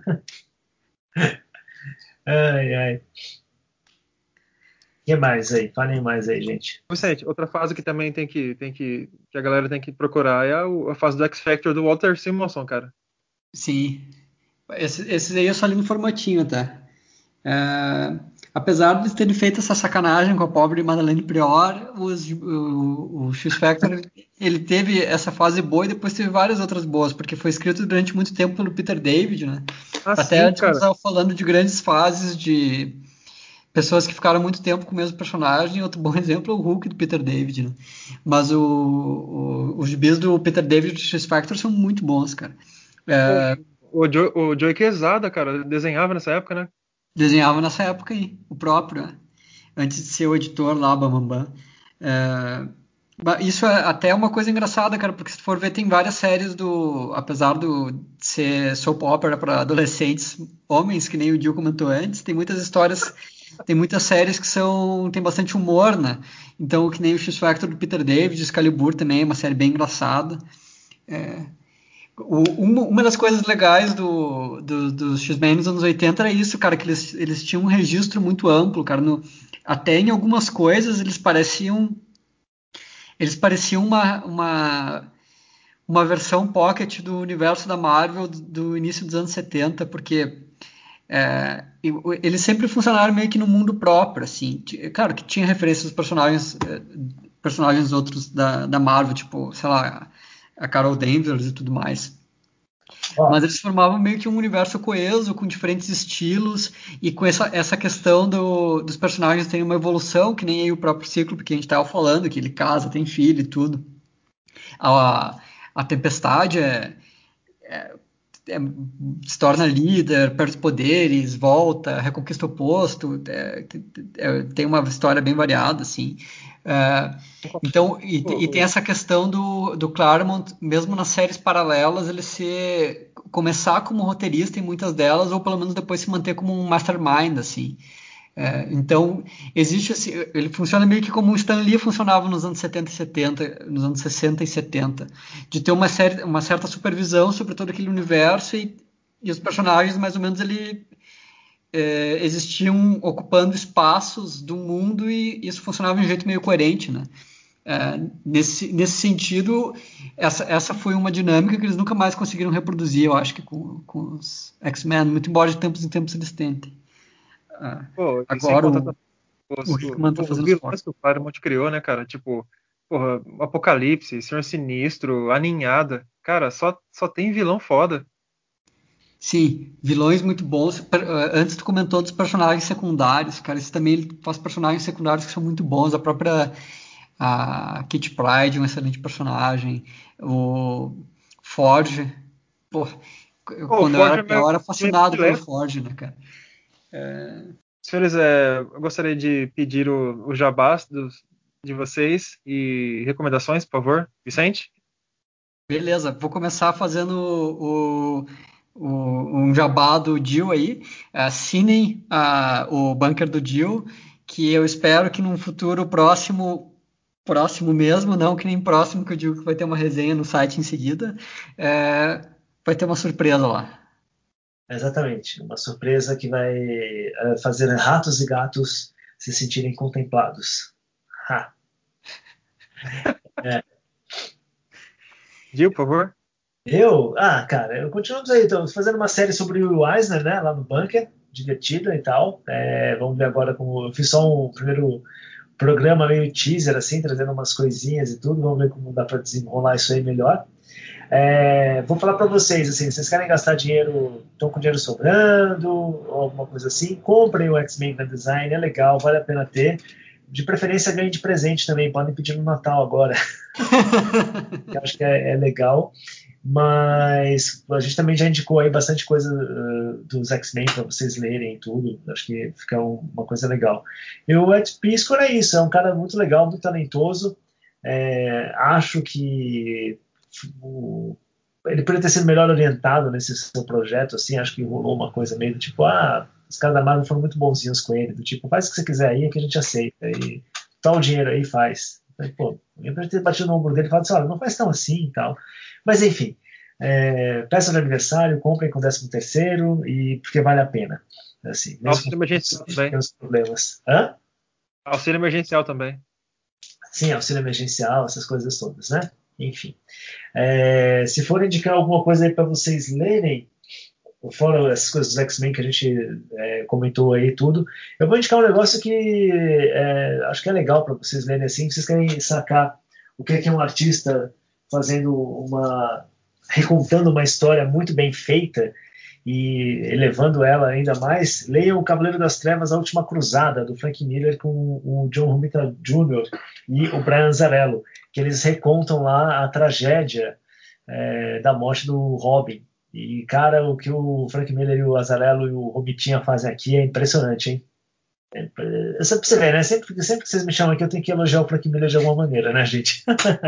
Ai, ai. O que mais aí? Falem mais aí, gente. Vicente, outra fase que também que a galera tem que procurar é a fase do X Factor do Walter Simonson, cara. Sim. Esses aí eu só li no formatinho, tá? É, apesar de eles terem feito essa sacanagem com a pobre Madeleine Prior, o X-Factor ele teve essa fase boa e depois teve várias outras boas, porque foi escrito durante muito tempo pelo Peter David, né? Ah, Até sim, antes nós cara. estávamos falando de grandes fases de pessoas que ficaram muito tempo com o mesmo personagem. Outro bom exemplo é o Hulk do Peter David, né? Mas os gibis do Peter David e do X-Factor são muito bons, cara. O, o Joey Quesada, cara, desenhava nessa época, né? Desenhava nessa época aí, o próprio, né? Antes de ser o editor lá, Bambambam. É, isso é até uma coisa engraçada, cara, porque se tu for ver, tem várias séries apesar de ser soap opera para adolescentes, homens, que nem o Dio comentou antes, tem muitas histórias, tem muitas séries que tem bastante humor, né? Então, que nem o X-Factor do Peter David, Excalibur também é uma série bem engraçada. Uma das coisas legais dos X-Men nos anos 80 era isso, cara, que eles tinham um registro muito amplo, cara. Até em algumas coisas eles pareciam uma versão pocket do universo da Marvel do início dos anos 70, porque eles sempre funcionaram meio que no mundo próprio, assim. Claro que tinha referências dos personagens outros da Marvel, tipo, sei lá, a Carol Danvers e tudo mais. Ó, Mas eles formavam meio que um universo coeso, com diferentes estilos, e com essa questão dos personagens terem uma evolução, que nem aí o próprio Cíclope que a gente estava falando, que ele casa, tem filho e tudo. A, a Tempestade é, se torna líder, perde os poderes, volta, reconquista o posto, tem uma história bem variada, assim. É, então, e tem essa questão do Claremont, mesmo nas séries paralelas, começar como roteirista em muitas delas, ou pelo menos depois se manter como um mastermind, assim. Então, existe assim, ele funciona meio que como o Stan Lee funcionava nos anos 70 e 70, nos anos 60 e 70, de ter uma certa supervisão sobre todo aquele universo e os personagens, mais ou menos, existiam ocupando espaços do mundo e isso funcionava de um jeito meio coerente, né? Nesse sentido, essa foi uma dinâmica que eles nunca mais conseguiram reproduzir, eu acho que com os X-Men, muito embora de tempos em tempos eles tentem. Pô, e sem Agora contar também o Hickman tá os fazendo vilões esforço. que o Claremont criou, né, cara? Tipo, porra, Apocalipse, Senhor Sinistro, A Ninhada. Cara, só tem vilão foda. Sim, vilões muito bons. Antes tu comentou dos personagens secundários, cara. Esse também ele faz personagens secundários que são muito bons. A própria Kitty Pryde, um excelente personagem. O Forge, pô, Pô, o quando eu Ford era é pior, eu era meu fascinado pelo predileto. Forge, né, cara? Senhores, eu gostaria de pedir o jabás de vocês e recomendações, por favor. Vicente? Beleza, vou começar fazendo um jabá do Jill aí. Assinem o Bunker do Jill, que eu espero que num futuro próximo mesmo, não que nem próximo, que eu digo que vai ter uma resenha no site em seguida, vai ter uma surpresa lá. Exatamente. Uma surpresa que vai fazer ratos e gatos se sentirem contemplados. Ha. É. Gil, por favor. Cara, eu continuamos aí, estou fazendo uma série sobre o Eisner, né, lá no Bunker, divertida e tal. Vamos ver agora como eu fiz só um primeiro programa meio teaser, assim, trazendo umas coisinhas e tudo. Vamos ver como dá para desenrolar isso aí melhor. Vou falar para vocês, assim, vocês querem gastar dinheiro, estão com dinheiro sobrando, ou alguma coisa assim, comprem o X-Men Grand Design, é legal, vale a pena ter. De preferência, ganhem de presente também, podem pedir no Natal agora, que eu acho que é legal. Mas a gente também já indicou aí bastante coisa dos X-Men para vocês lerem e tudo. Acho que fica uma coisa legal. E o Ed Piscor é isso, é um cara muito legal, muito talentoso. Acho que ele poderia ter sido melhor orientado nesse seu projeto, assim, acho que rolou uma coisa meio do tipo, os caras da Marvel foram muito bonzinhos com ele, do tipo, faz o que você quiser aí, que a gente aceita, e tá o dinheiro aí, faz. Aí, pô, eu poderia ter batido no ombro dele e falado assim, olha, não faz tão assim e tal. Mas enfim, peça de aniversário, comprem com 13º, e porque vale a pena. Assim, mesmo Auxílio com emergencial os também. pequenos problemas. Hã? Auxílio emergencial também. Sim, auxílio emergencial, essas coisas todas, né? Enfim. Se for indicar alguma coisa aí para vocês lerem, fora essas coisas dos X-Men que a gente comentou aí tudo, eu vou indicar um negócio que acho que é legal para vocês lerem assim, se vocês querem sacar o que é um artista fazendo recontando uma história muito bem feita e elevando ela ainda mais, leiam O Cavaleiro das Trevas, A Última Cruzada, do Frank Miller com o John Romita Jr. e o Brian Azzarello, que eles recontam lá a tragédia da morte do Robin. E, cara, o que o Frank Miller e o Azzarello e o Robitinha fazem aqui é impressionante, hein? Só pra você ver, né? Sempre que vocês me chamam aqui, eu tenho que elogiar o Frank Miller de alguma maneira, né, gente?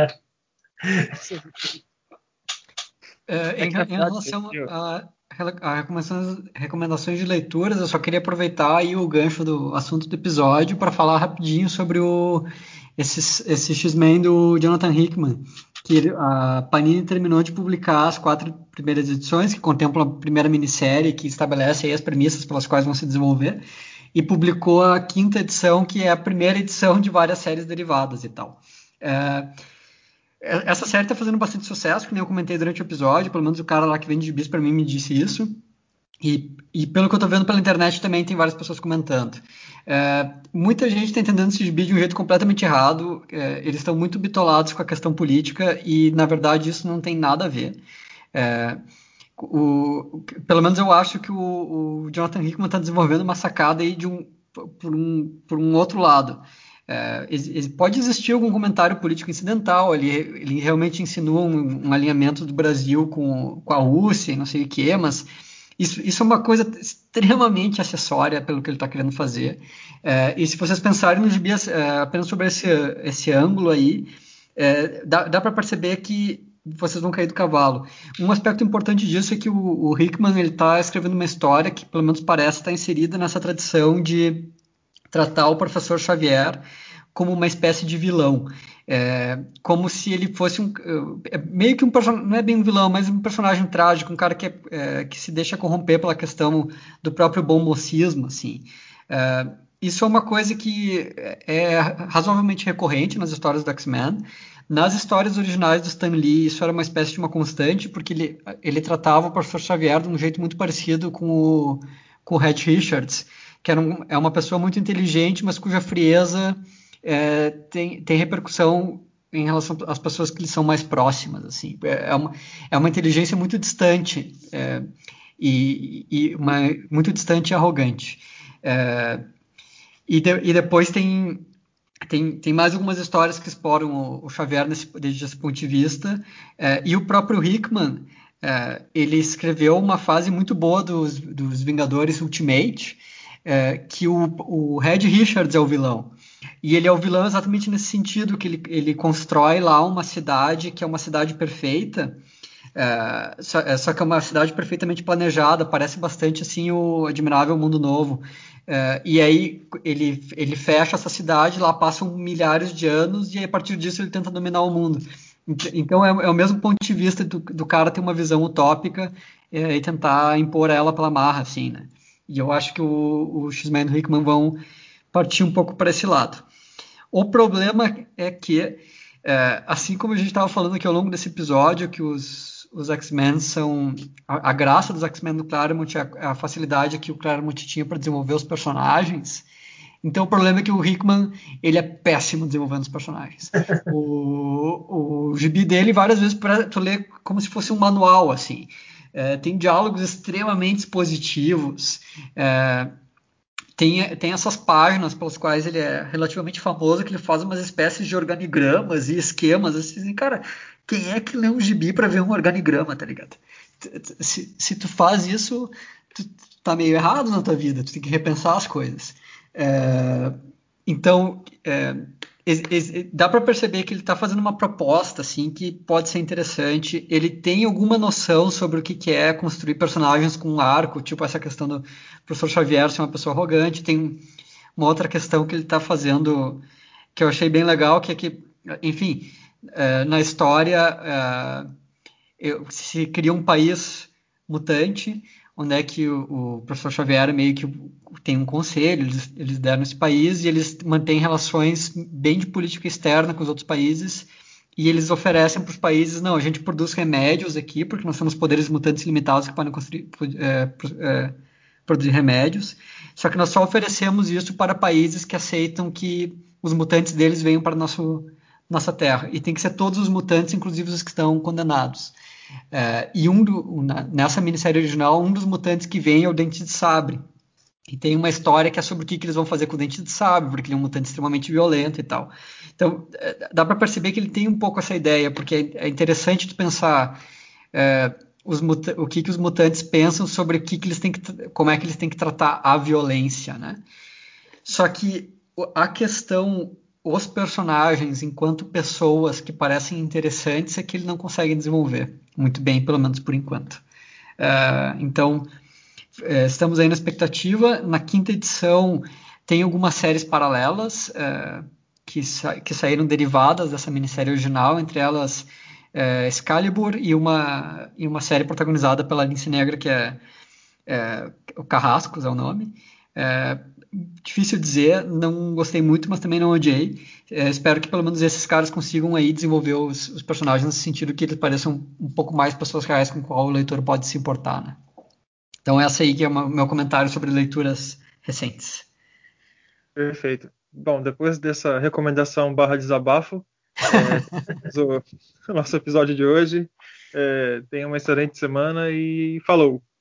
É Em que na verdade, relação Gil, a recomendações de leituras, eu só queria aproveitar aí o gancho do assunto do episódio para falar rapidinho sobre esse X-Men do Jonathan Hickman, que a Panini terminou de publicar as 4 primeiras edições, que contemplam a primeira minissérie, que estabelece aí as premissas pelas quais vão se desenvolver, e publicou a 5ª edição, que é a primeira edição de várias séries derivadas e tal. É, Essa série tá fazendo bastante sucesso, que nem eu comentei durante o episódio, pelo menos o cara lá que vende gibis pra mim me disse isso. E pelo que eu tô vendo pela internet também tem várias pessoas comentando. Muita gente está entendendo esse gibi de um jeito completamente errado. Eles estão muito bitolados com a questão política e, na verdade, isso não tem nada a ver. É, Pelo menos eu acho que o Jonathan Hickman está desenvolvendo uma sacada aí por um outro lado. Pode existir algum comentário político incidental, ele realmente insinua um alinhamento do Brasil com a Rússia e não sei o que, mas isso é uma coisa extremamente acessória pelo que ele está querendo fazer. E se vocês pensarem no gibi apenas sobre esse ângulo aí, dá para perceber que vocês vão cair do cavalo. Um aspecto importante disso é que o Hickman está escrevendo uma história que, pelo menos parece, estar inserida nessa tradição de tratar o professor Xavier como uma espécie de vilão. Como se ele fosse meio que um personagem, não é bem um vilão, mas um personagem trágico, um cara que se deixa corromper pela questão do próprio bom mocismo, assim. Isso é uma coisa que é razoavelmente recorrente nas histórias do X-Men. Nas histórias originais do Stan Lee, isso era uma espécie de uma constante, porque ele tratava o professor Xavier de um jeito muito parecido com o Reed Richards, que é uma pessoa muito inteligente, mas cuja frieza tem repercussão em relação às pessoas que lhe são mais próximas. Assim. É uma inteligência muito distante, muito distante e arrogante. E depois tem mais algumas histórias que exploram o Xavier desde esse ponto de vista. E o próprio Hickman, ele escreveu uma fase muito boa dos Vingadores Ultimate, que o Reed Richards é o vilão. E ele é o vilão exatamente nesse sentido, que ele constrói lá uma cidade que é uma cidade perfeita, só que é uma cidade perfeitamente planejada, parece bastante assim o Admirável Mundo Novo. E aí ele fecha essa cidade, lá passam milhares de anos, e aí, a partir disso ele tenta dominar o mundo. Então é o mesmo ponto de vista do cara ter uma visão utópica e tentar impor ela pela marra, assim, né? E eu acho que o X-Men e o Hickman vão partir um pouco para esse lado. O problema é que, assim como a gente estava falando aqui ao longo desse episódio, que os X-Men são... A graça dos X-Men do Claremont é a facilidade que o Claremont tinha para desenvolver os personagens. Então o problema é que o Hickman, ele é péssimo desenvolvendo os personagens. O gibi dele, várias vezes, tu lê como se fosse um manual, assim. Tem diálogos extremamente expositivos, tem essas páginas pelas quais ele é relativamente famoso, que ele faz umas espécies de organigramas e esquemas, assim, cara, quem é que lê um gibi para ver um organigrama, tá ligado? Se tu faz isso, tu tá meio errado na tua vida, tu tem que repensar as coisas. Então, dá para perceber que ele está fazendo uma proposta assim que pode ser interessante. Ele tem alguma noção sobre o que é construir personagens com um arco, tipo essa questão do professor Xavier ser uma pessoa arrogante. Tem uma outra questão que ele está fazendo que eu achei bem legal, que é que, enfim, na história se cria um país mutante, onde é que o professor Xavier meio que tem um conselho, eles deram esse país e eles mantêm relações bem de política externa com os outros países, e eles oferecem para os países, não, a gente produz remédios aqui, porque nós temos poderes mutantes limitados que podem produzir remédios, só que nós só oferecemos isso para países que aceitam que os mutantes deles venham para nossa terra, e tem que ser todos os mutantes, inclusive os que estão condenados. E nessa minissérie original, um dos mutantes que vem é o Dente de Sabre. E tem uma história que é sobre o que eles vão fazer com o Dente de Sabre, porque ele é um mutante extremamente violento e tal. Então, dá para perceber que ele tem um pouco essa ideia, porque é interessante tu pensar o que os mutantes pensam sobre como é que eles têm que tratar a violência, né? Só que a questão, os personagens enquanto pessoas que parecem interessantes é que ele não consegue desenvolver muito bem, pelo menos por enquanto. Então, estamos aí na expectativa. Na quinta edição tem algumas séries paralelas que saíram derivadas dessa minissérie original, entre elas Excalibur e uma série protagonizada pela Lince Negra, que é o Carrascos é o nome. Difícil dizer, não gostei muito, mas também não odiei. Espero que pelo menos esses caras consigam aí desenvolver os personagens nesse sentido que eles pareçam um pouco mais pessoas reais com qual o leitor pode se importar, né? Então essa aí que é o meu comentário sobre leituras recentes. Perfeito. Bom, depois dessa recomendação barra desabafo, o nosso episódio de hoje. Tenha uma excelente semana e falou!